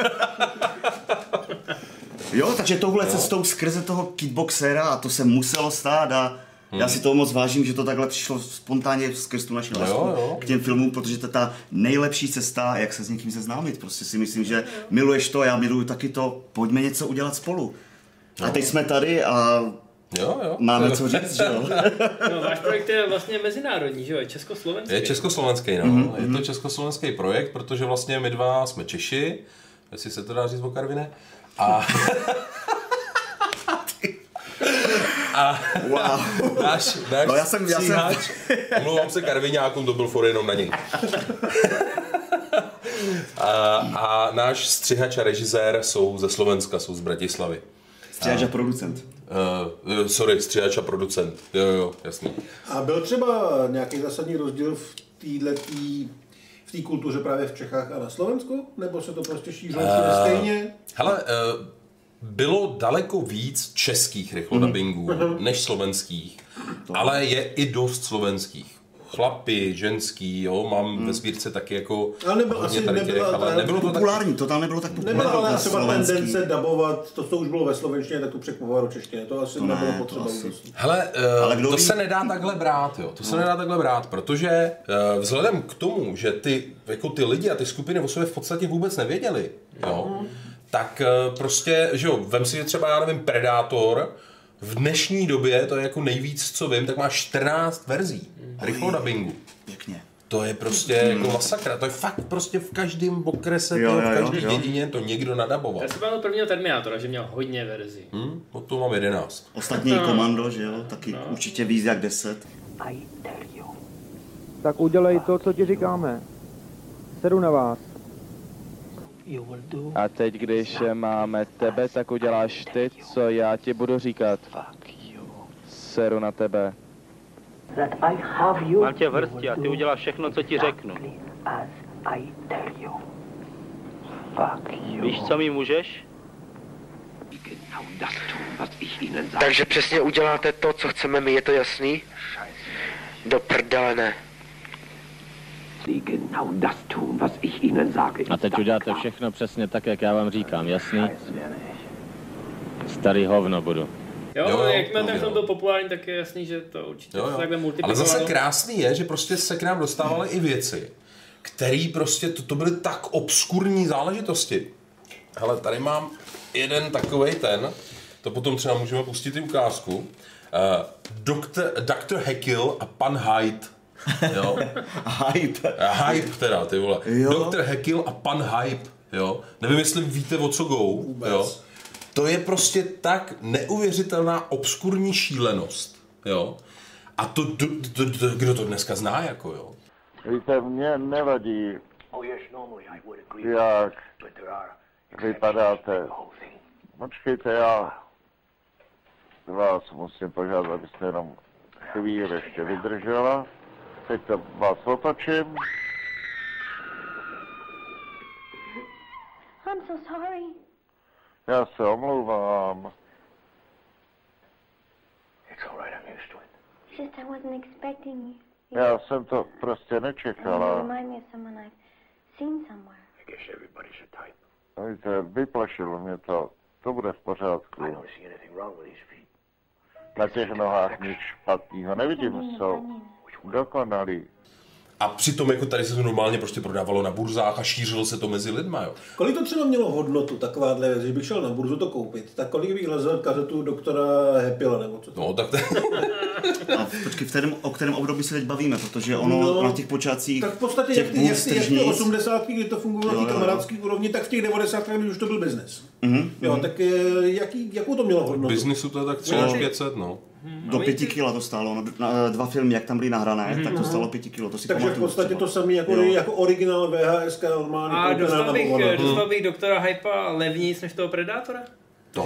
Takže touhle cestou skrze toho Kickboxera a to se muselo stát a já si toho moc vážím, že to takhle přišlo spontánně skrz tu naši lásku k těm filmům, protože to je ta nejlepší cesta, jak se s někým seznámit. Prostě si myslím, že miluješ to, já miluju taky to, pojďme něco udělat spolu. A teď jsme tady a máme co říct, že jo? No, váš projekt je vlastně mezinárodní, že jo? Je československý. Je československý, no. Je to československý projekt, protože vlastně my dva jsme Češi, jestli se to dá říct o Karviné. A náš stříhač, omlouvám se Karviňákům, to byl for jenom na něj. A náš střihač a režisér jsou ze Slovenska, jsou z Bratislavy. Střihač a producent. Střihač a producent, jo, jasný. A byl třeba nějaký zásadní rozdíl v té kultuře právě v Čechách a na Slovensku? Nebo se to prostě šířilo stejně? Hele, bylo daleko víc českých rychlodabingů než slovenských, ale je i dost slovenských. Chlapi, ženský, mám ve sbírce taky jako hodně tady těch, ale nebylo to populární, to tam nebylo tak populární. Nebylo ale třeba tendence dabovat, to už bylo ve slovenštině, tak to překvapovat do češtiny, to asi nebylo potřeba. Hele, to se nedá takhle brát, To se nedá takhle brát, protože vzhledem k tomu, že ty lidi a ty skupiny o sobě v podstatě vůbec nevěděli, tak prostě, že jo, vem si, že třeba, já nevím, Predator, v dnešní době, to je jako nejvíc, co vím, tak má 14 verzí rychlodabingu. Pěkně. To je prostě jako masakra, to je fakt prostě v každém okrese, v každé dědině to někdo nadaboval. Já jsem byl prvního Terminátora, že měl hodně verzí. No to mám 11. Ostatní Komando, že jo, taky určitě víc jak 10. Tak udělej to, co ti říkáme. Sedu na vás. A teď, když máme tebe, tak uděláš ty, co já ti budu říkat. Seru na tebe. Mám tě v hrsti a ty uděláš všechno, co ti řeknu. Víš, co mi můžeš? Takže přesně uděláte to, co chceme my, je to jasný? Do prdele ne. A teď uděláte všechno přesně tak, jak já vám říkám, jasný? Starý hovno budu. Jo, jakmile ten film byl populární, tak je jasný, že to určitě se takhle multiplikovalo. Ale zase krásný je, že prostě se k nám dostávaly i věci, které prostě, to byly tak obskurní záležitosti. Hele, tady mám jeden takovej to potom třeba můžeme pustit i ukázku. Dr. Jekyll a pan Hyde. Jo. Hype teda, ty vole. Dr. Jekyll a pan Hype, jo. Nevím, jestli víte, o co go, jo. To je prostě tak neuvěřitelná obskurní šílenost, jo. A to, kdo to dneska zná, jako, jo. Víte, mně nevadí, jak vypadáte. Počkejte, já vás musím požádat, abyste jenom chvíli ještě vydržela. Teď to vás otočím. I'm so sorry. Já se omlouvám. It's all right, I'm used to it. Just I wasn't expecting you. Já jsem to prostě nečekala. You remind me of someone I've seen somewhere. I guess everybody's a type. Víte, vyplašilo mě to. To bude v pořádku. I don't see anything wrong with these feet. Na těch nohách nic špatného nevidím, jsou dokonalý. A přitom jako tady se to normálně prostě prodávalo na burzách a šířilo se to mezi lidma, jo. Kolik to třeba mělo hodnotu, takováhle věc, že bych šel na burzu to koupit, tak kolik bych lezl kazetu doktora Happyla, nebo co to? No, tak A počkej, o kterém období se teď bavíme, protože ono na těch počátcích tak v podstatě jak ty 80, kdy to fungovalo na té kamarádské úrovni, tak v těch 90, kdy už to byl biznes. Jo, tak jakou to mělo hodnotu? Biznesu to je tak třeba 500, no. Do 5 kg to stálo, na 2 filmy, jak tam byly nahrané, tak to stálo 5 kg, to si takže pamatuju. v podstatě to samé jako originál VHS normálně. A dostal bych doktora Hypa levnějc než toho Predátora? To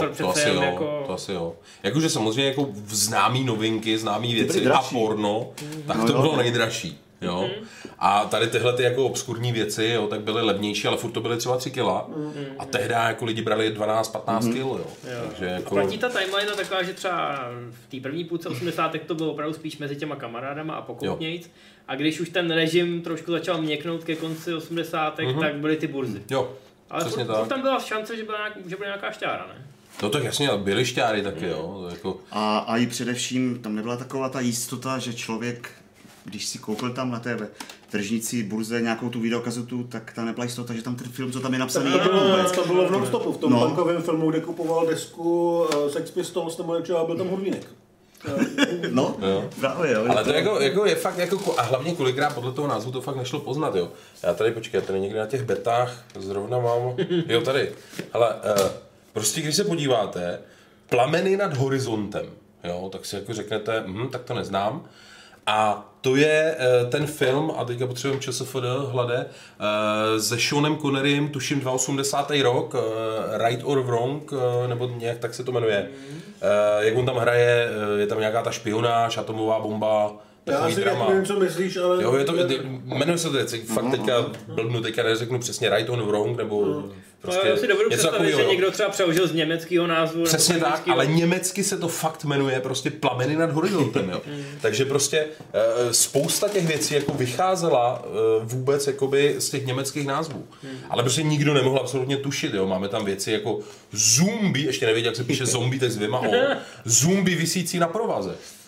asi jo. Jakože samozřejmě jako známý novinky, známý věci a porno, tak to bylo nejdražší. Jo? A tady tyhle ty jako obskurní věci, jo, tak byly levnější, ale furt to byly třeba 3 kila. A tehdy jako lidi brali 12-15 kg, jo. Takže jako... A platí ta timeline taková, že třeba v té první půlce 80. to bylo opravdu spíš mezi těma kamarádama a pokoutnějc. A když už ten režim trošku začal měknout ke konci 80. tak byly ty burzy. Jo, ale furt tam byla šance, že byla nějaká šťára, ne? No tak jasně, byly šťáry taky, jo. Jako... A i především tam nebyla taková ta jistota, že člověk, když si koupil tam na té tržnici, burze nějakou tu videokazetu, tak tam nebyla jistota, že tam ten film, co tam je napsaný, to bylo v non-stopu, v tom punkovém filmu, kde kupoval desku Sex Pistols nebo něčeho, byl tam Hurvínek. No, právě jo. Ale to jako je fakt, jako, a hlavně kolikrát podle toho názvu to fakt nešlo poznat, jo. Já tady, počkej, tady někde na těch betách zrovna mám, jo tady, hele, prostě když se podíváte, Plameny nad horizontem, jo, tak si jako řeknete, tak to neznám. A to je ten film, a teďka potřebujeme ČSFD, hlade, se Seanem Connerym, tuším 82. rok, Right or Wrong, nebo nějak tak se to jmenuje. Jak on tam hraje, je tam nějaká ta špionáž, atomová bomba, takový drama. Já si nevím, co myslíš, ale... Jo, jmenuje se to fakt teďka blbnu, teďka neřeknu přesně Right or Wrong, nebo... Prostě já si dovedu představit, že někdo třeba přeložil z německého názvu. Přesně tak, ale německy se to fakt jmenuje prostě Plameny nad horizontem, jo. Takže prostě spousta těch věcí jako vycházela vůbec jakoby z těch německých názvů. Ale prostě nikdo nemohl absolutně tušit, jo. Máme tam věci jako zombie, ještě nevěděl, jak se píše zombie, tak s dvěma o, zombie visící na provaze.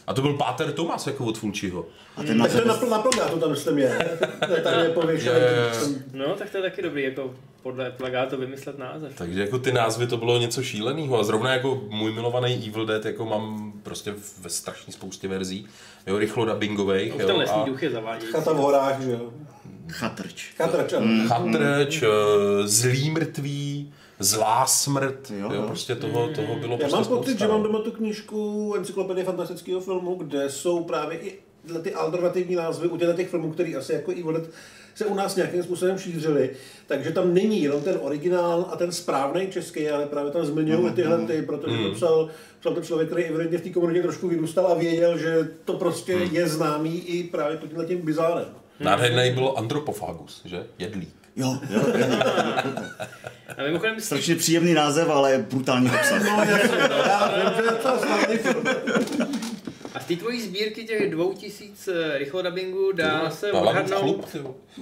A to byl Páter Tomas jako od Fulčiho. A ten tak to na plagátu tam myslím je. Tam je pověšený. No, tak to je taky dobrý, jako podle plagátu vymyslet název. Takže jako ty názvy to bylo něco šíleného. A zrovna jako můj milovaný Evil Dead jako mám prostě ve strašný spoustě verzí. Jo, rychlo dubbingovejch. Ten lesní duch je zavádějící. Chata v horách, že jo. Chatrč, zlý mrtví, zlá smrt, jo, prostě toho bylo prostě. Já mám pocit, že mám doma tu knížku Encyklopedie fantastického filmu, kde jsou právě i ty alternativní názvy u těch filmů, který asi jako Evil Dead se u nás nějakým způsobem šířily, takže tam není jenom ten originál a ten správný český, ale právě tam zmiňují tyhle protože to psal ten člověk, který evidentně v té komunitě trošku vyrůstal a věděl, že to prostě je známý i právě pod tím bizárem. Nádherný byl Anthropophagus, že? Jedlík. Jo. A mimochodem strašně příjemný název, ale brutální obsah. No jasně, já vím, že je to slavný film. A z té tvojí sbírky těch 2000 rychlodubbingu dá se odhadnout...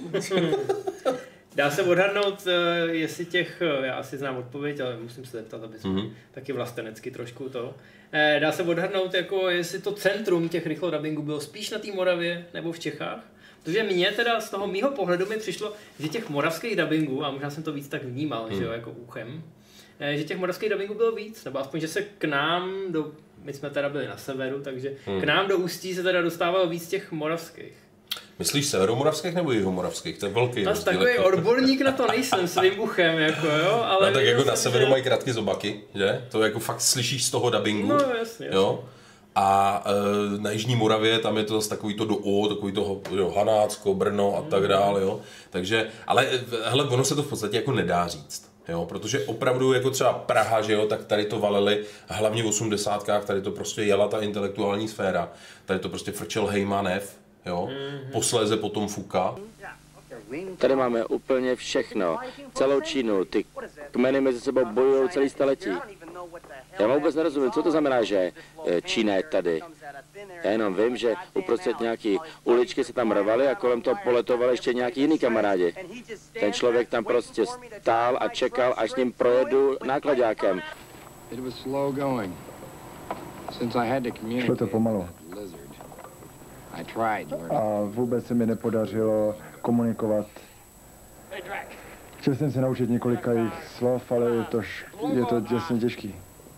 Dá se odhadnout, jestli těch, já asi znám odpověď, ale musím se zeptat, aby jsme taky vlastenecky trošku to. Dá se odhadnout, jako jestli to centrum těch rychlodubbingů bylo spíš na té Moravě nebo v Čechách? Protože mně teda z toho mýho pohledu mi přišlo, že těch moravských dubbingů, a možná jsem to víc tak vnímal, že jo, jako uchem, že těch moravských dubbingů bylo víc, nebo aspoň, že se k nám my jsme teda byli na severu, takže k nám do Ústí se teda dostávalo víc těch moravských. Myslíš severomoravských nebo jihomoravských? To je velký rozdíl. Takový odborník na to nejsem svým uchem, jako jo, ale... No, tak jako na severu mají krátky zobaky, že? To jako fakt slyšíš z toho dubbingu. No jasně. Jo? A na Jižní Moravě tam je to zase takový to do O, takový toho Hanácko, Brno a tak dále, jo. Takže, ale hele, ono se to v podstatě jako nedá říct. Jo, protože opravdu jako třeba Praha, že jo, tak tady to valili, hlavně v 80kách, tady to prostě jela ta intelektuální sféra, tady to prostě frčel Hejmanev, jo, posléze potom Fuka. Tady máme úplně všechno, celou Čínu, ty kmeny mezi sebou bojují celý staletí. Já vám vůbec nerozumím, co to znamená, že Čína je tady. Já jenom vím, že uprostřed nějaký uličky se tam rvali a kolem toho poletovali ještě nějaký jiný kamarádi. Ten člověk tam prostě stál a čekal, až s ním projedu nákladákem. Šlo to pomalu. A vůbec se mi nepodařilo komunikovat. Chtěl jsem se naučit několika jejich slov, ale je to děsně těžký.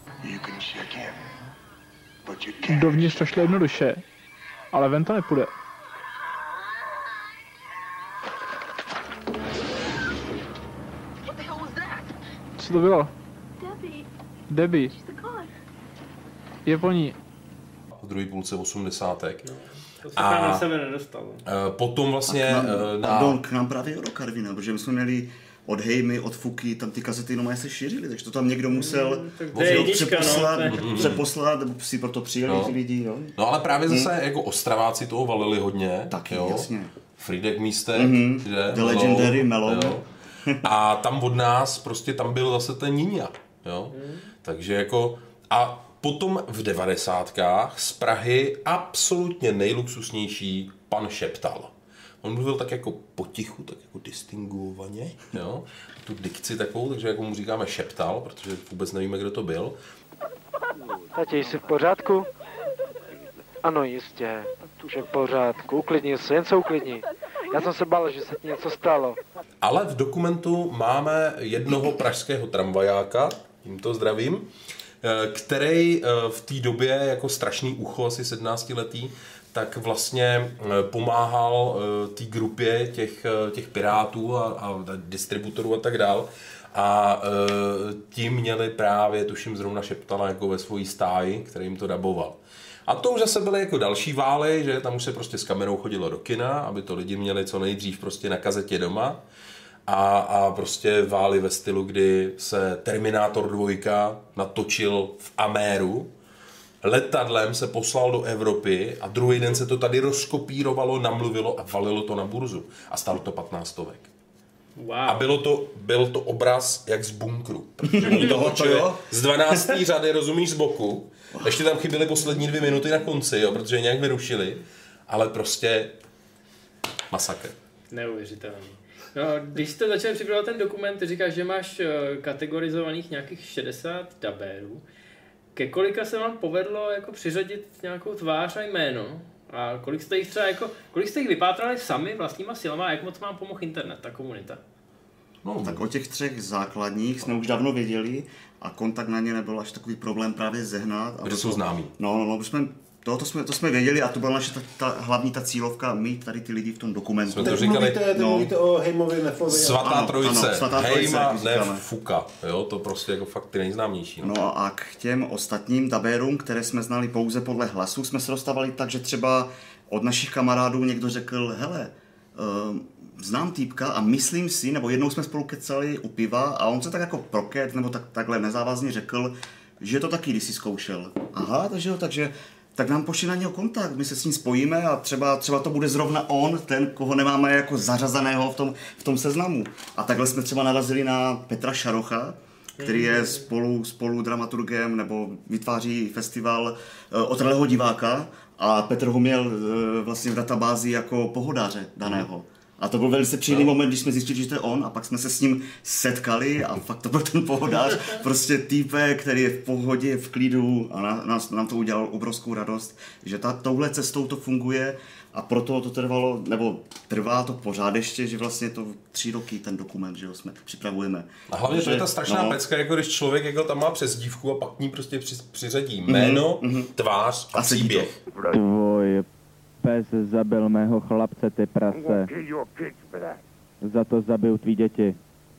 Dovnitř to šlo jednoduše, ale ven to nepůjde. Co to bylo? Debbie. Je po ní. V druhé půlce 80. To se tam na sebe nedostalo. Potom vlastně... K nám právě do Karvina, protože my jsme měli od Hejmy, od Fuky, tam ty kazety jenom se šířily, takže to tam někdo musel přeposlat, nebo si proto přijeli ty lidi. Jo? No ale právě zase jako Ostraváci toho valili hodně. Taky, jo? jasně. Friedek Místek, že? The Legendary Melon. A tam od nás prostě tam byl zase ten Ninja, jo? Takže jako... A potom v 90kách z Prahy absolutně nejluxusnější pan Šeptal. On mluvil tak jako potichu, tak jako distinguovaně, jo? Tu dikci takovou, takže jako mu říkáme Šeptal, protože vůbec nevíme, kdo to byl. Tati, jsi v pořádku? Ano, jistě. Už je v pořádku. Uklidni se, jen se uklidni. Já jsem se bál, že se ti něco stalo. Ale v dokumentu máme jednoho pražského tramvajáka, tímto zdravím, který v té době jako strašný ucho, asi 17letý, tak vlastně pomáhal té grupě těch pirátů a distributorů a tak dál. A ti měli právě, tuším zrovna Šeptala jako ve svojí stáji, který jim to daboval. A to už zase byly jako další vály, že tam už se prostě s kamerou chodilo do kina, aby to lidi měli co nejdřív prostě na kazetě doma. A prostě vály ve stylu, kdy se Terminátor 2 natočil v Améru, letadlem se poslal do Evropy a druhý den se to tady rozkopírovalo, namluvilo a valilo to na burzu. A stálo to 15 000. Wow. A byl to obraz jak z bunkru. Protože oni to točili z 12. řady, rozumíš, z boku. Ještě tam chyběly poslední 2 minuty na konci, jo, protože nějak vyrušili. Ale prostě masakr. Neuvěřitelný. No, když jste začali připravovat ten dokument, ty říkáš, že máš kategorizovaných nějakých 60 dabérů. ke kolika se vám povedlo jako přiřadit nějakou tvář a jméno? A kolik jste jich vypátrali sami vlastníma silama a jak moc vám pomohl internet, ta komunita? No, tak o těch 3 základních jsme už dávno věděli a kontakt na ně nebyl až takový problém právě zehnat. Protože jsou známí. No, to jsme věděli a to byla naše hlavní cílovka, mít tady ty lidi v tom dokumentu. Jsme to říkali, mluvíte o Heimovi, Nefovi. Svatá trojice, Heima, Nef, Fuka, jo, to prostě jako fakt ty nejznámější. No a k těm ostatním dabérům, které jsme znali pouze podle hlasu, jsme se dostávali tak, že třeba od našich kamarádů někdo řekl, hele, znám týpka a myslím si, nebo jednou jsme spolu kecali u piva a on se tak jako proket, nebo takhle nezávazně řekl, že to taky kdysi zkoušel. Aha, takže tak nám pošli na něho kontakt, my se s ním spojíme a třeba to bude zrovna on, ten, koho nemáme jako zařazeného v tom seznamu. A takhle jsme třeba narazili na Petra Šarocha, který je spolu dramaturgem nebo vytváří festival Otrlého diváka a Petr ho měl vlastně v databázi jako pohodáře daného. A to byl velice příjemný moment, když jsme zjistili, že to je on a pak jsme se s ním setkali a fakt to byl ten pohodář, prostě týpek, který je v pohodě, v klidu a nám to udělal obrovskou radost, že touhle cestou to funguje a proto to trvalo, nebo trvá to pořád ještě, že vlastně to 3 roky ten dokument, že ho jsme připravujeme. A hlavně to je ta strašná pecka, jako když člověk jako tam má přezdívku a pak ní prostě přiřadí jméno, tvář a příběh. Tvoj pes zabil mého chlapce, ty prase. Za to zabiju tvý děti.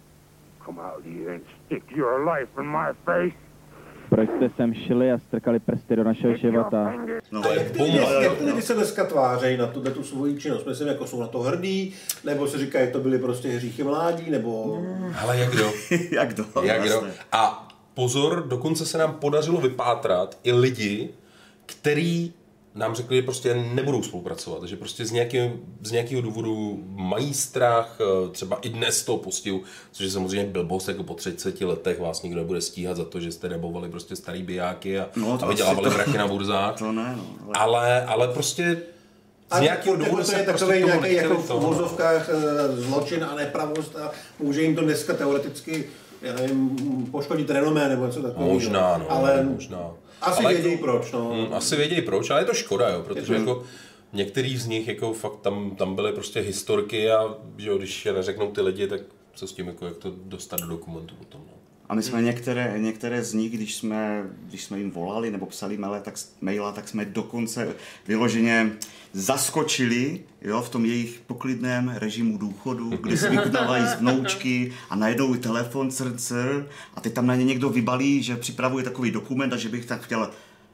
Proč jste sem šli a strkali prsty do našeho života? Jak ty lidi se dneska tvářejí na tu svoji činnost? Myslím, jako jsou na to hrdí, nebo se říkají, to byly prostě hříchy mládí, nebo... Ale jak kdo? jak kdo? A pozor, dokonce se nám podařilo vypátrat i lidi, který nám řekli, že prostě nebudou spolupracovat, že prostě z nějakého důvodu mají strach, třeba i dnes toho postihu, což je samozřejmě blbost, jako po 30 letech vás nikdo nebude stíhat za to, že jste rebovali prostě starý bijáky a vydělávali prachy na burzách. To ne, ale prostě z nějakého důvodu se prostě tomu nechtěli jako v uvozovkách zločin a nepravost a může jim to dneska teoreticky, já nevím, poškodit renomé nebo něco takového. Možná, no, ale možná. Asi vědějí proč, no. Asi vědějí proč, ale je to škoda, jo, protože jako některý z nich jako fakt tam byly prostě historky a že jo, když je neřeknou ty lidi, tak co s tím, jako jak to dostat do dokumentu potom, no. A my jsme některé z nich, když jsme jim volali nebo psali maila, tak jsme dokonce vyloženě zaskočili, jo, v tom jejich poklidném režimu důchodu, kde si vykudávají z vnoučky a najednou telefon cr a teď tam na ně někdo vybalí, že připravuje takový dokument a že bych tak chtěl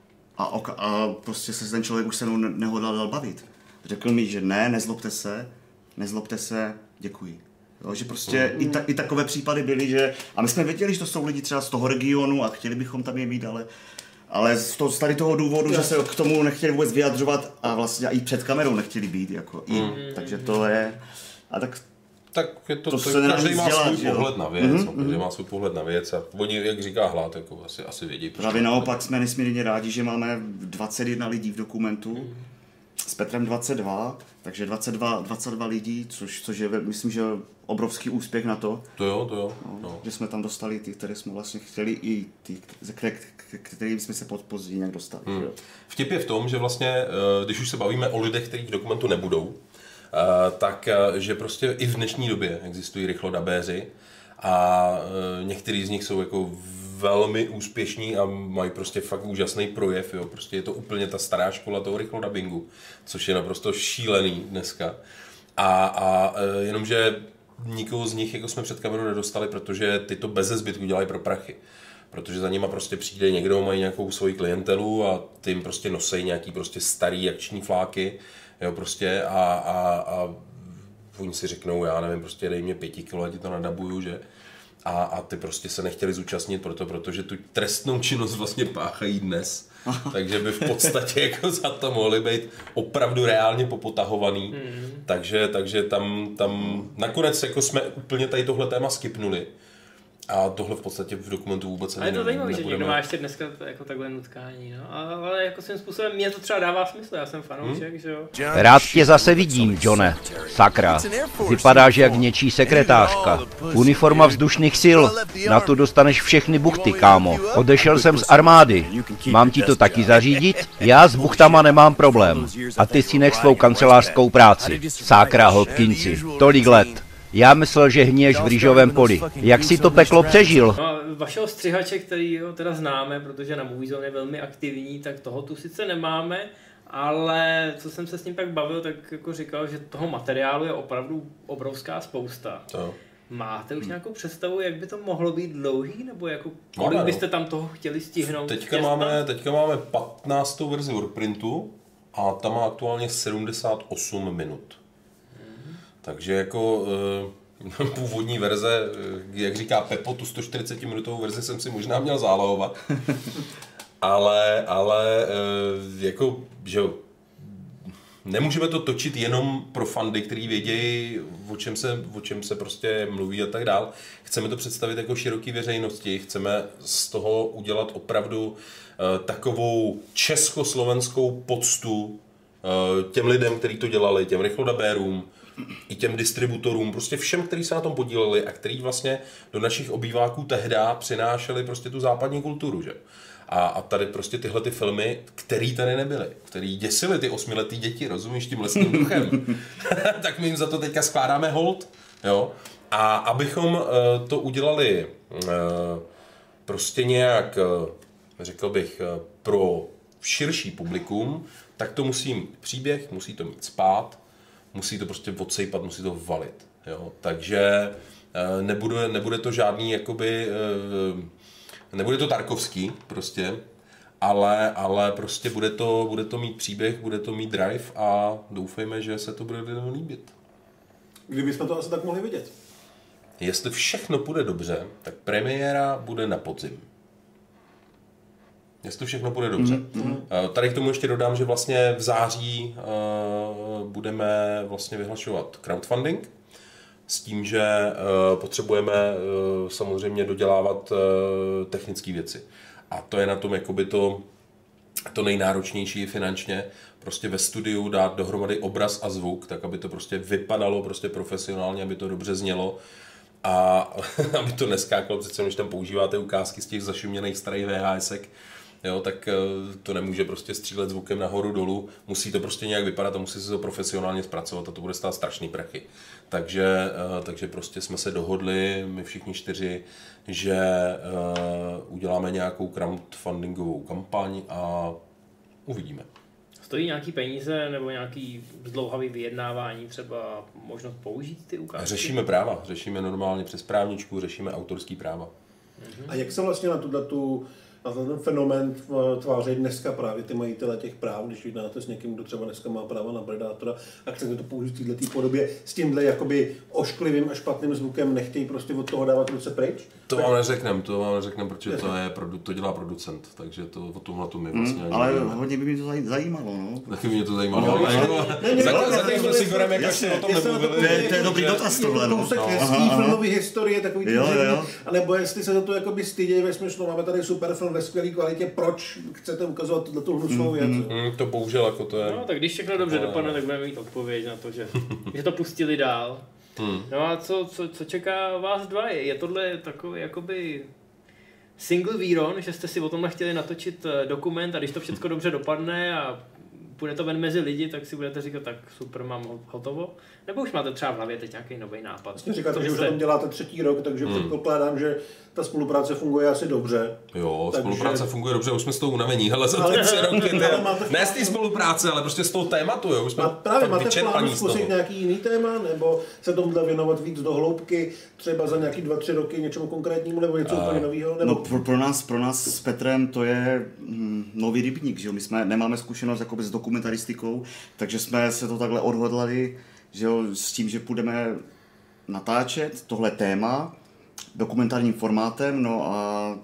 a prostě se ten člověk už se mnou nehodlal bavit. Řekl mi, že ne, nezlobte se, děkuji. Jo, že prostě i takové případy byly, že... A my jsme věděli, že to jsou lidi třeba z toho regionu a chtěli bychom tam je mít, ale z tady toho důvodu, že se k tomu nechtěli vůbec vyjadřovat a vlastně i před kamerou nechtěli být, jako takže to je... A tak je to každý má svůj pohled na věc, každý má svůj pohled na věc a oni, jak říká Hlad, jako asi vědí. Právě naopak jsme nesmírně rádi, že máme 21 lidí v dokumentu, s Petrem 22, takže 22 lidí, což je, myslím, že obrovský úspěch na to. To jo. No. Že jsme tam dostali ty, které jsme vlastně chtěli, i ty, kterým jsme se později nějak dostali. Vtip je v tom, že vlastně, když už se bavíme o lidech, kteří v dokumentu nebudou, tak že prostě i v dnešní době existují rychlodabéři a některý z nich jsou jako velmi úspěšní a mají prostě fakt úžasný projev, jo. Prostě je to úplně ta stará škola toho rychlodabingu, což je naprosto šílený dneska. A jenomže nikoho z nich jako jsme před kamerou nedostali, protože ty to beze zbytku dělají pro prachy. Protože za nima prostě přijde někdo, mají nějakou svoji klientelu a ty jim prostě nosejí nějaký prostě starý akční fláky, jo, prostě a oni si řeknou, já nevím, prostě dej mě 5 kilo, ti to nadabuju, že? A ty prostě se nechtěli zúčastnit protože tu trestnou činnost vlastně páchají dnes. Takže by v podstatě jako za to mohli být opravdu reálně popotahovaný. Takže tam nakonec jako jsme úplně tady tohle téma skipnuli. A tohle v podstatě v dokumentu vůbec ale je to zajímavé, že někdo má ještě dneska jako takhle nutkání, no. Ale jako svým způsobem mě to třeba dává smysl, já jsem fanoušek, že jo. Rád tě zase vidím, Johne. Sakra. Vypadáš jak něčí sekretářka. Uniforma vzdušných sil. Na to dostaneš všechny buchty, kámo. Odešel jsem z armády. Mám ti to taky zařídit? Já s buchtama nemám problém. A ty si nech svou kancelářskou práci. Sakra, Hopkinsi. Tolik let. Já myslel, že hníješ v rýžovém poli. Jak si to peklo přežil? No, vašeho střihače, který ho teda známe, protože na Movie Zone je velmi aktivní, tak toho tu sice nemáme, ale co jsem se s ním tak bavil, tak jako říkal, že toho materiálu je opravdu obrovská spousta. To. Máte už nějakou představu, jak by to mohlo být dlouhý, nebo jako kolik byste tam toho chtěli stihnout? Teďka máme 15. verzi Workprintu a ta má aktuálně 78 minut. Takže jako původní verze, jak říká Pepo, tu 140 minutovou verzi jsem si možná měl zálohovat. ale jako, že nemůžeme to točit jenom pro fandy, kteří vědějí, o čem se prostě mluví a tak dál. Chceme to představit jako široký veřejnosti, chceme z toho udělat opravdu takovou československou poctu těm lidem, kteří to dělali, těm rychlodabérům, i těm distributorům, prostě všem, kteří se na tom podíleli a kteří vlastně do našich obýváků tehda přinášeli prostě tu západní kulturu, že? A tady prostě tyhle ty filmy, který tady nebyly, který děsili ty 8letý děti, rozumíš, tím lesním duchem, tak my jim za to teďka skládáme hold, jo? A abychom to udělali prostě nějak, řekl bych, pro širší publikum, tak to musí mít příběh, musí to mít spát, musí to prostě odsejpat, musí to valit, jo? Takže nebude to žádný, jakoby, nebude to Tarkovský prostě, ale prostě bude to mít příběh, bude to mít drive a doufejme, že se to bude lidem líbit. Kdybychom to asi tak mohli vidět? Jestli všechno půjde dobře, tak premiéra bude na podzim. Jestli všechno půjde dobře. Tady k tomu ještě dodám, že vlastně v září budeme vlastně vyhlašovat crowdfunding s tím, že potřebujeme samozřejmě dodělávat technické věci. A to je na tom jakoby to nejnáročnější finančně, prostě ve studiu dát dohromady obraz a zvuk, tak aby to prostě vypadalo prostě profesionálně, aby to dobře znělo a aby to neskákalo, přece když tam používáte ukázky z těch zašuměných starých VHSek, jo, tak to nemůže prostě střílet zvukem nahoru dolů, musí to prostě nějak vypadat a musí se to profesionálně zpracovat a to bude stát strašný prachy. Takže prostě jsme se dohodli, my všichni 4, že uděláme nějakou crowdfundingovou kampaň a uvidíme. Stojí nějaký peníze nebo nějaký zdlouhavý vyjednávání, třeba možnost použít ty ukázky? Řešíme práva, řešíme normálně přes právničku, řešíme autorský práva. A jak se vlastně na ten fenomén tváří dneska právě ty majitele těch práv, když jednáte s někým, kdo třeba dneska má práva na Predátora a chcete to použít v této podobě s tímhle jakoby ošklivým a špatným zvukem, nechtějí prostě od toho dávat ruce pryč? To vám neřeknem, protože to dělá producent, takže o tomhle to my vlastně ale hodně by mě to zajímalo, no. Taky by mě to zajímalo. Zatím jsme si Gorem jak ještě o tom nemluvili. To je dobrý dotaz tohle, no. Hezký filmový historie, takový anebo jestli se za to jakoby stydějí ve smyslu, máme tady super film ve skvělé kvalitě, proč chcete ukazovat tu hnusnou věc? To bohužel jako to je. No, tak když všechno dobře dopadne, tak budeme mít odpověď na to, že to pustili dál. No a co čeká vás dva? Je tohle takový jakoby single výron, že jste si o tomhle chtěli natočit dokument a když to všechno dobře dopadne a půjde to ven mezi lidi, tak si budete říkat, tak super, mám hotovo? Nebo už máte třeba v hlavě teď nějaký nový nápad? Vlastně říkáte, že už tam děláte 3. rok, takže předpokládám, že ta spolupráce funguje asi dobře. Jo, spolupráce funguje dobře, už jsme z toho unavení, ale za ty 3 roky. Ne z té spolupráce, ale prostě z toho tématu, jo. Už jsme právě máte v plánu zkusit nějaký jiný téma, nebo se tomuhle věnovat víc do hloubky, třeba za nějaký 2-3 roky něčemu konkrétnímu, nebo něco úplně nového? Nebo... No pro nás s Petrem to je nový rybník, že jo. My nemáme zkušenost jakoby s dokumentaristikou, takže jsme se to takhle odhodlali, že jo, s tím, že půjdeme natáčet tohle téma dokumentárním formátem, no a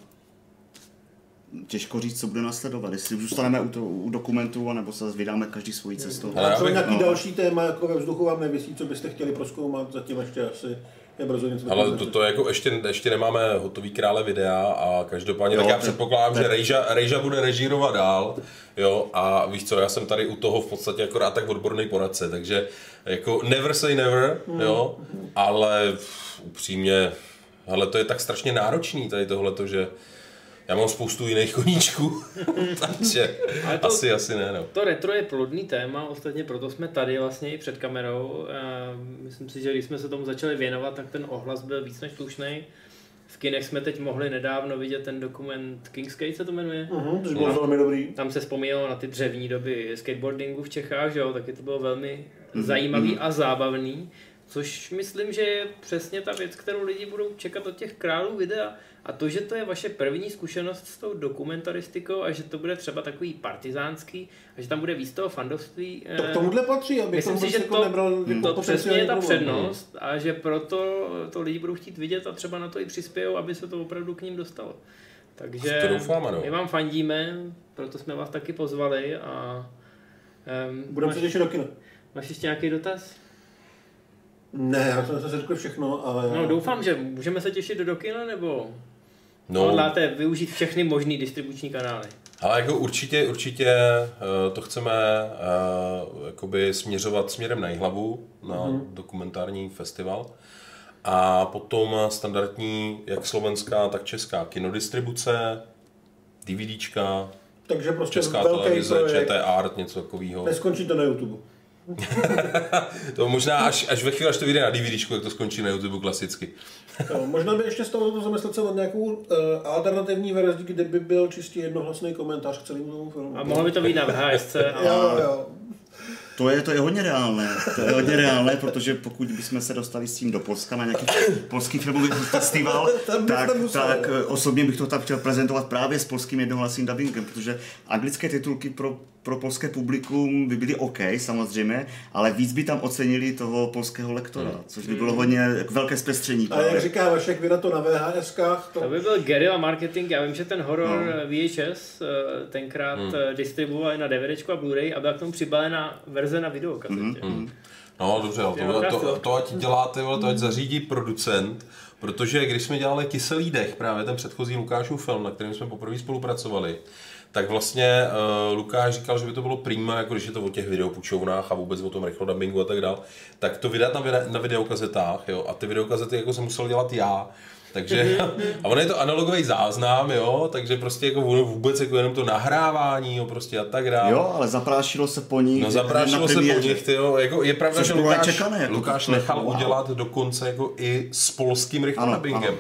těžko říct, co bude následovat. Jestli zůstaneme u dokumentu, anebo se vydáme každý svojí cestou. A co nějaký další téma jako ve vzduchu vám nevisí, co byste chtěli prozkoumat, zatím ještě asi je brzo něco. Ale to jako ještě nemáme hotový krále videa a každopádně tak já předpokládám, že Rejža bude režírovat dál, jo, a víš co, já jsem tady u toho v podstatě akorát tak odborný poradce, takže jako never say never, jo, ale upřímně, ale to je tak strašně náročný tady tohleto, že já mám spoustu jiných koníčků, takže asi ne. No. To retro je plodný téma, ostatně proto jsme tady vlastně i před kamerou. Myslím si, že když jsme se tomu začali věnovat, tak ten ohlas byl víc než slušnej. V kinech jsme teď mohli nedávno vidět ten dokument Kingsgate, se to jmenuje. To bylo velmi dobrý. Tam se vzpomínalo na ty dřevní doby skateboardingu v Čechách, že jo, taky to bylo velmi zajímavý a zábavný. Což myslím, že je přesně ta věc, kterou lidi budou čekat od těch králů videa. A to, že to je vaše první zkušenost s tou dokumentaristikou a že to bude třeba takový partizánský a že tam bude víc toho fandovství. To k tomuhle patří, aby myslím si, že to přesně je ta přednost a že proto to lidi budou chtít vidět a třeba na to i přispějou, aby se to opravdu k ním dostalo. Takže to doufám, ano. My vám fandíme, proto jsme vás taky pozvali a... Budeme se těšit do kina. Máš ještě nějaký dotaz? Ne, já jsem se řekl všechno, ale... No doufám, že můžeme se těšit do kina, nebo hodláte využít všechny možný distribuční kanály? Ale jako určitě to chceme jakoby směřovat směrem na Jihlavu, na dokumentární festival. A potom standardní, jak slovenská, tak česká kinodistribuce, DVDčka, takže prostě česká televize, ČT Art, něco takového. Neskončí to na YouTube. To možná až ve chvíli, až to vyjde na DVDčku, jak to skončí na YouTube klasicky. No, možná by ještě stalo to zamyslet se o nějakou alternativní verzi, kde by byl čistě jednohlasný komentář k celému tomu filmu. A mohlo by to být na VHSC. Jo. To je hodně reálné, protože pokud bychom se dostali s tím do Polska na nějaký polský filmový festival, tak osobně bych to tam chtěl prezentovat právě s polským jednohlasným dubbingem, protože anglické titulky pro polské publikum by byly OK, samozřejmě, ale víc by tam ocenili toho polského lektora, což by bylo hodně velké zpestření. A jak říká Vašek, vydat to na VHSkách. To by byl guerilla marketing, já vím, že ten horor VHS tenkrát distribuoval i na DVDčku a Blu-ray a byla k tomu přibalená verze na videokazetě. No dobře, to ať děláte, to ať zařídí producent, protože když jsme dělali Kyselý dech, právě ten předchozí Lukášův film, na kterém jsme poprvé spolupracovali, tak vlastně Lukáš říkal, že by to bylo prima, jako když je to o těch videopůjčovnách a vůbec o tom rychlodubbingu a tak dál, tak to vydat na videokazetách, jo, a ty videokazety jako jsem musel dělat já. Takže, a ono je to analogový záznam, jo, takže prostě jako vůbec jako jenom to nahrávání, jo, prostě a tak dále. Jo, ale zaprášilo se po nich. No zaprášilo se po nich, tyjo, jako je pravda, že Lukáš nechal udělat dokonce jako i s polským rychlodubbingem.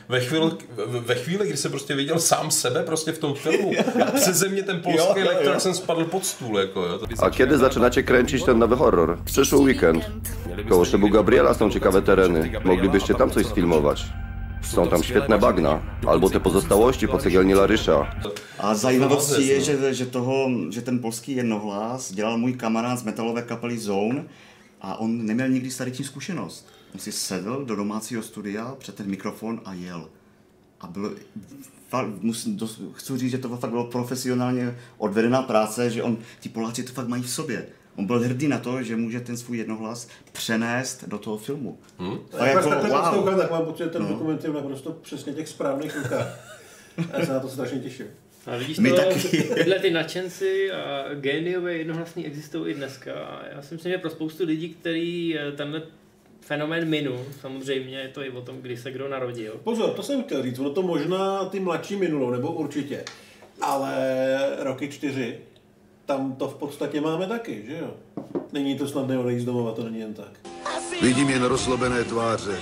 Ve chvíli, kdy se prostě viděl sám sebe prostě v tom filmu, přeze mě ten polský lektor jsem spadl pod stůl, jako jo. A kiedy zaczynacie kręcić ten nowy horror? Przyszły weekend. Koło Szybu Gabriela są ciekawe tereny. Moglibyście tam coś sfilmować. Są tam świetne bagna, albo te pozostałości po cegielni Larysza. A zajímavostí je, že ten polský jednohlas dělal můj kamarád z metalové kapely Zone a on neměl nikdy s tady tím zkušenost. On si sedl do domácího studia před ten mikrofon a jel. A bylo, chci říct, že to fakt bylo profesionálně odvedená práce, že ti Poláci to fakt mají v sobě. On byl hrdý na to, že může ten svůj jednohlas přenést do toho filmu. A jako, tak mám pocit, že ten dokument je naprosto přesně těch správných rukách. Já se na to strašně těším. A vidíš tyhle ty nadšenci a géniové jednohlasní existují i dneska. A já si myslím, že pro spoustu lidí, který tenhle fenomén minul, samozřejmě je to i o tom, kdy se kdo narodil. Pozor, to jsem chtěl říct, ono to možná ty mladší minulou, nebo určitě. Ale roky 4, tam to v podstatě máme taky, že jo? Není to snadné odejít z domova, to není jen tak. Vidím jen rozlobené tváře.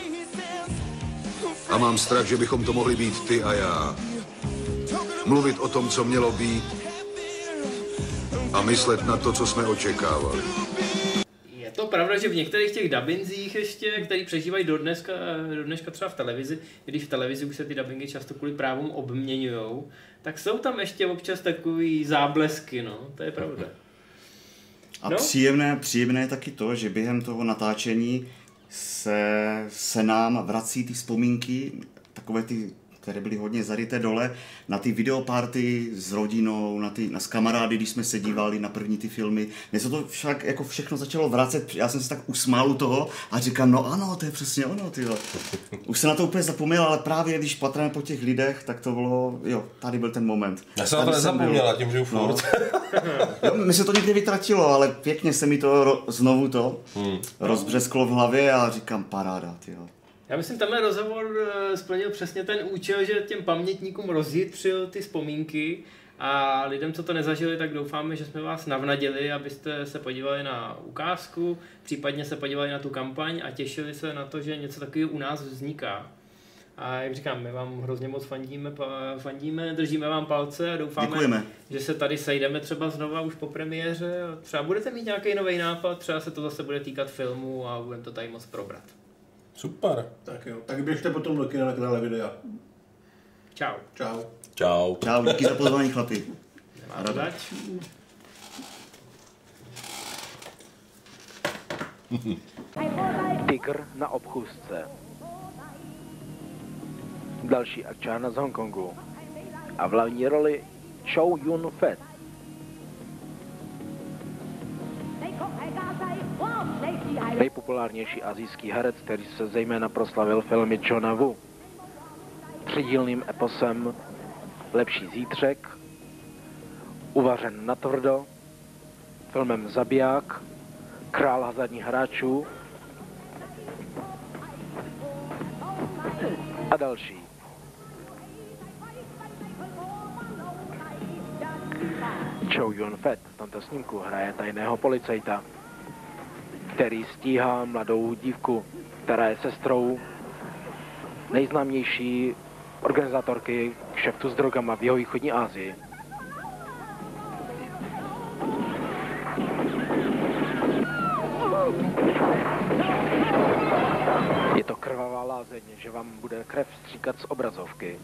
A mám strach, že bychom to mohli být ty a já. Mluvit o tom, co mělo být. A myslet na to, co jsme očekávali. Je to pravda, že v některých těch dabinzích ještě, který přežívají do dneška třeba v televizi, když v televizi už se ty dabingy často kvůli právům obměňujou, tak jsou tam ještě občas takový záblesky, no, to je pravda. A příjemné je taky to, že během toho natáčení se nám vrací ty vzpomínky, takové ty které byly hodně zaryté dole, na ty videoparty s rodinou, s kamarády, když jsme se dívali na první ty filmy. Mně se to však jako všechno začalo vracet, já jsem se tak usmál u toho a říkám, no ano, to je přesně ono, tyjo. Už se na to úplně zapomněl, ale právě když patrám po těch lidech, tak to bylo, jo, tady byl ten moment. Já jsem na to nezapomněl, tím žiju furt. Jo, mi se to někdy vytratilo, ale pěkně se mi to znovu rozbřesklo v hlavě a říkám, paráda, tyjo. Já myslím, tenhle rozhovor splnil přesně ten účel, že těm pamětníkům rozjitřil ty vzpomínky a lidem, co to nezažili, tak doufáme, že jsme vás navnadili, abyste se podívali na ukázku, případně se podívali na tu kampaň a těšili se na to, že něco takového u nás vzniká. A jak říkám, my vám hrozně moc fandíme, držíme vám palce a doufáme, děkujeme, že se tady sejdeme třeba znova už po premiéře. Třeba budete mít nějaký nový nápad, třeba se to zase bude týkat filmu a budeme to tady moc probrat. Super. Tak jo, tak běžte potom do kina na kanále Videa. Čau. Čau. Čau. Čau, díky za pozvání, chlapi. Nemáte zač. Tygr na obchůzce. Další akčána z Hongkongu. A v hlavní roli Chow Yun-fat. Nejpopulárnější asijský herec, který se zejména proslavil filmy Johna Woo. Třidílným eposem Lepší zítřek, Uvařen natvrdo, filmem Zabiják, Král hazardních hráčů a další. Chow Yun-fat v tomto snímku hraje tajného policajta, který stíhá mladou dívku, která je sestrou nejznámější organizátorky kšeftu s drogama v jihovýchodní Asii. Je to krvavá lázeň, že vám bude krev stříkat z obrazovky.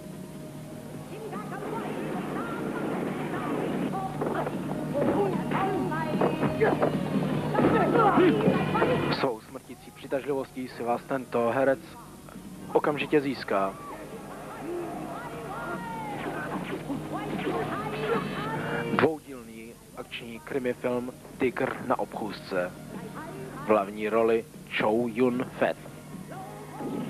Svou smrtící přitažlivostí si vás tento herec okamžitě získá. Dvoudílný akční krimifilm Tygr na obchůzce. V hlavní roli Chow Yun-fat.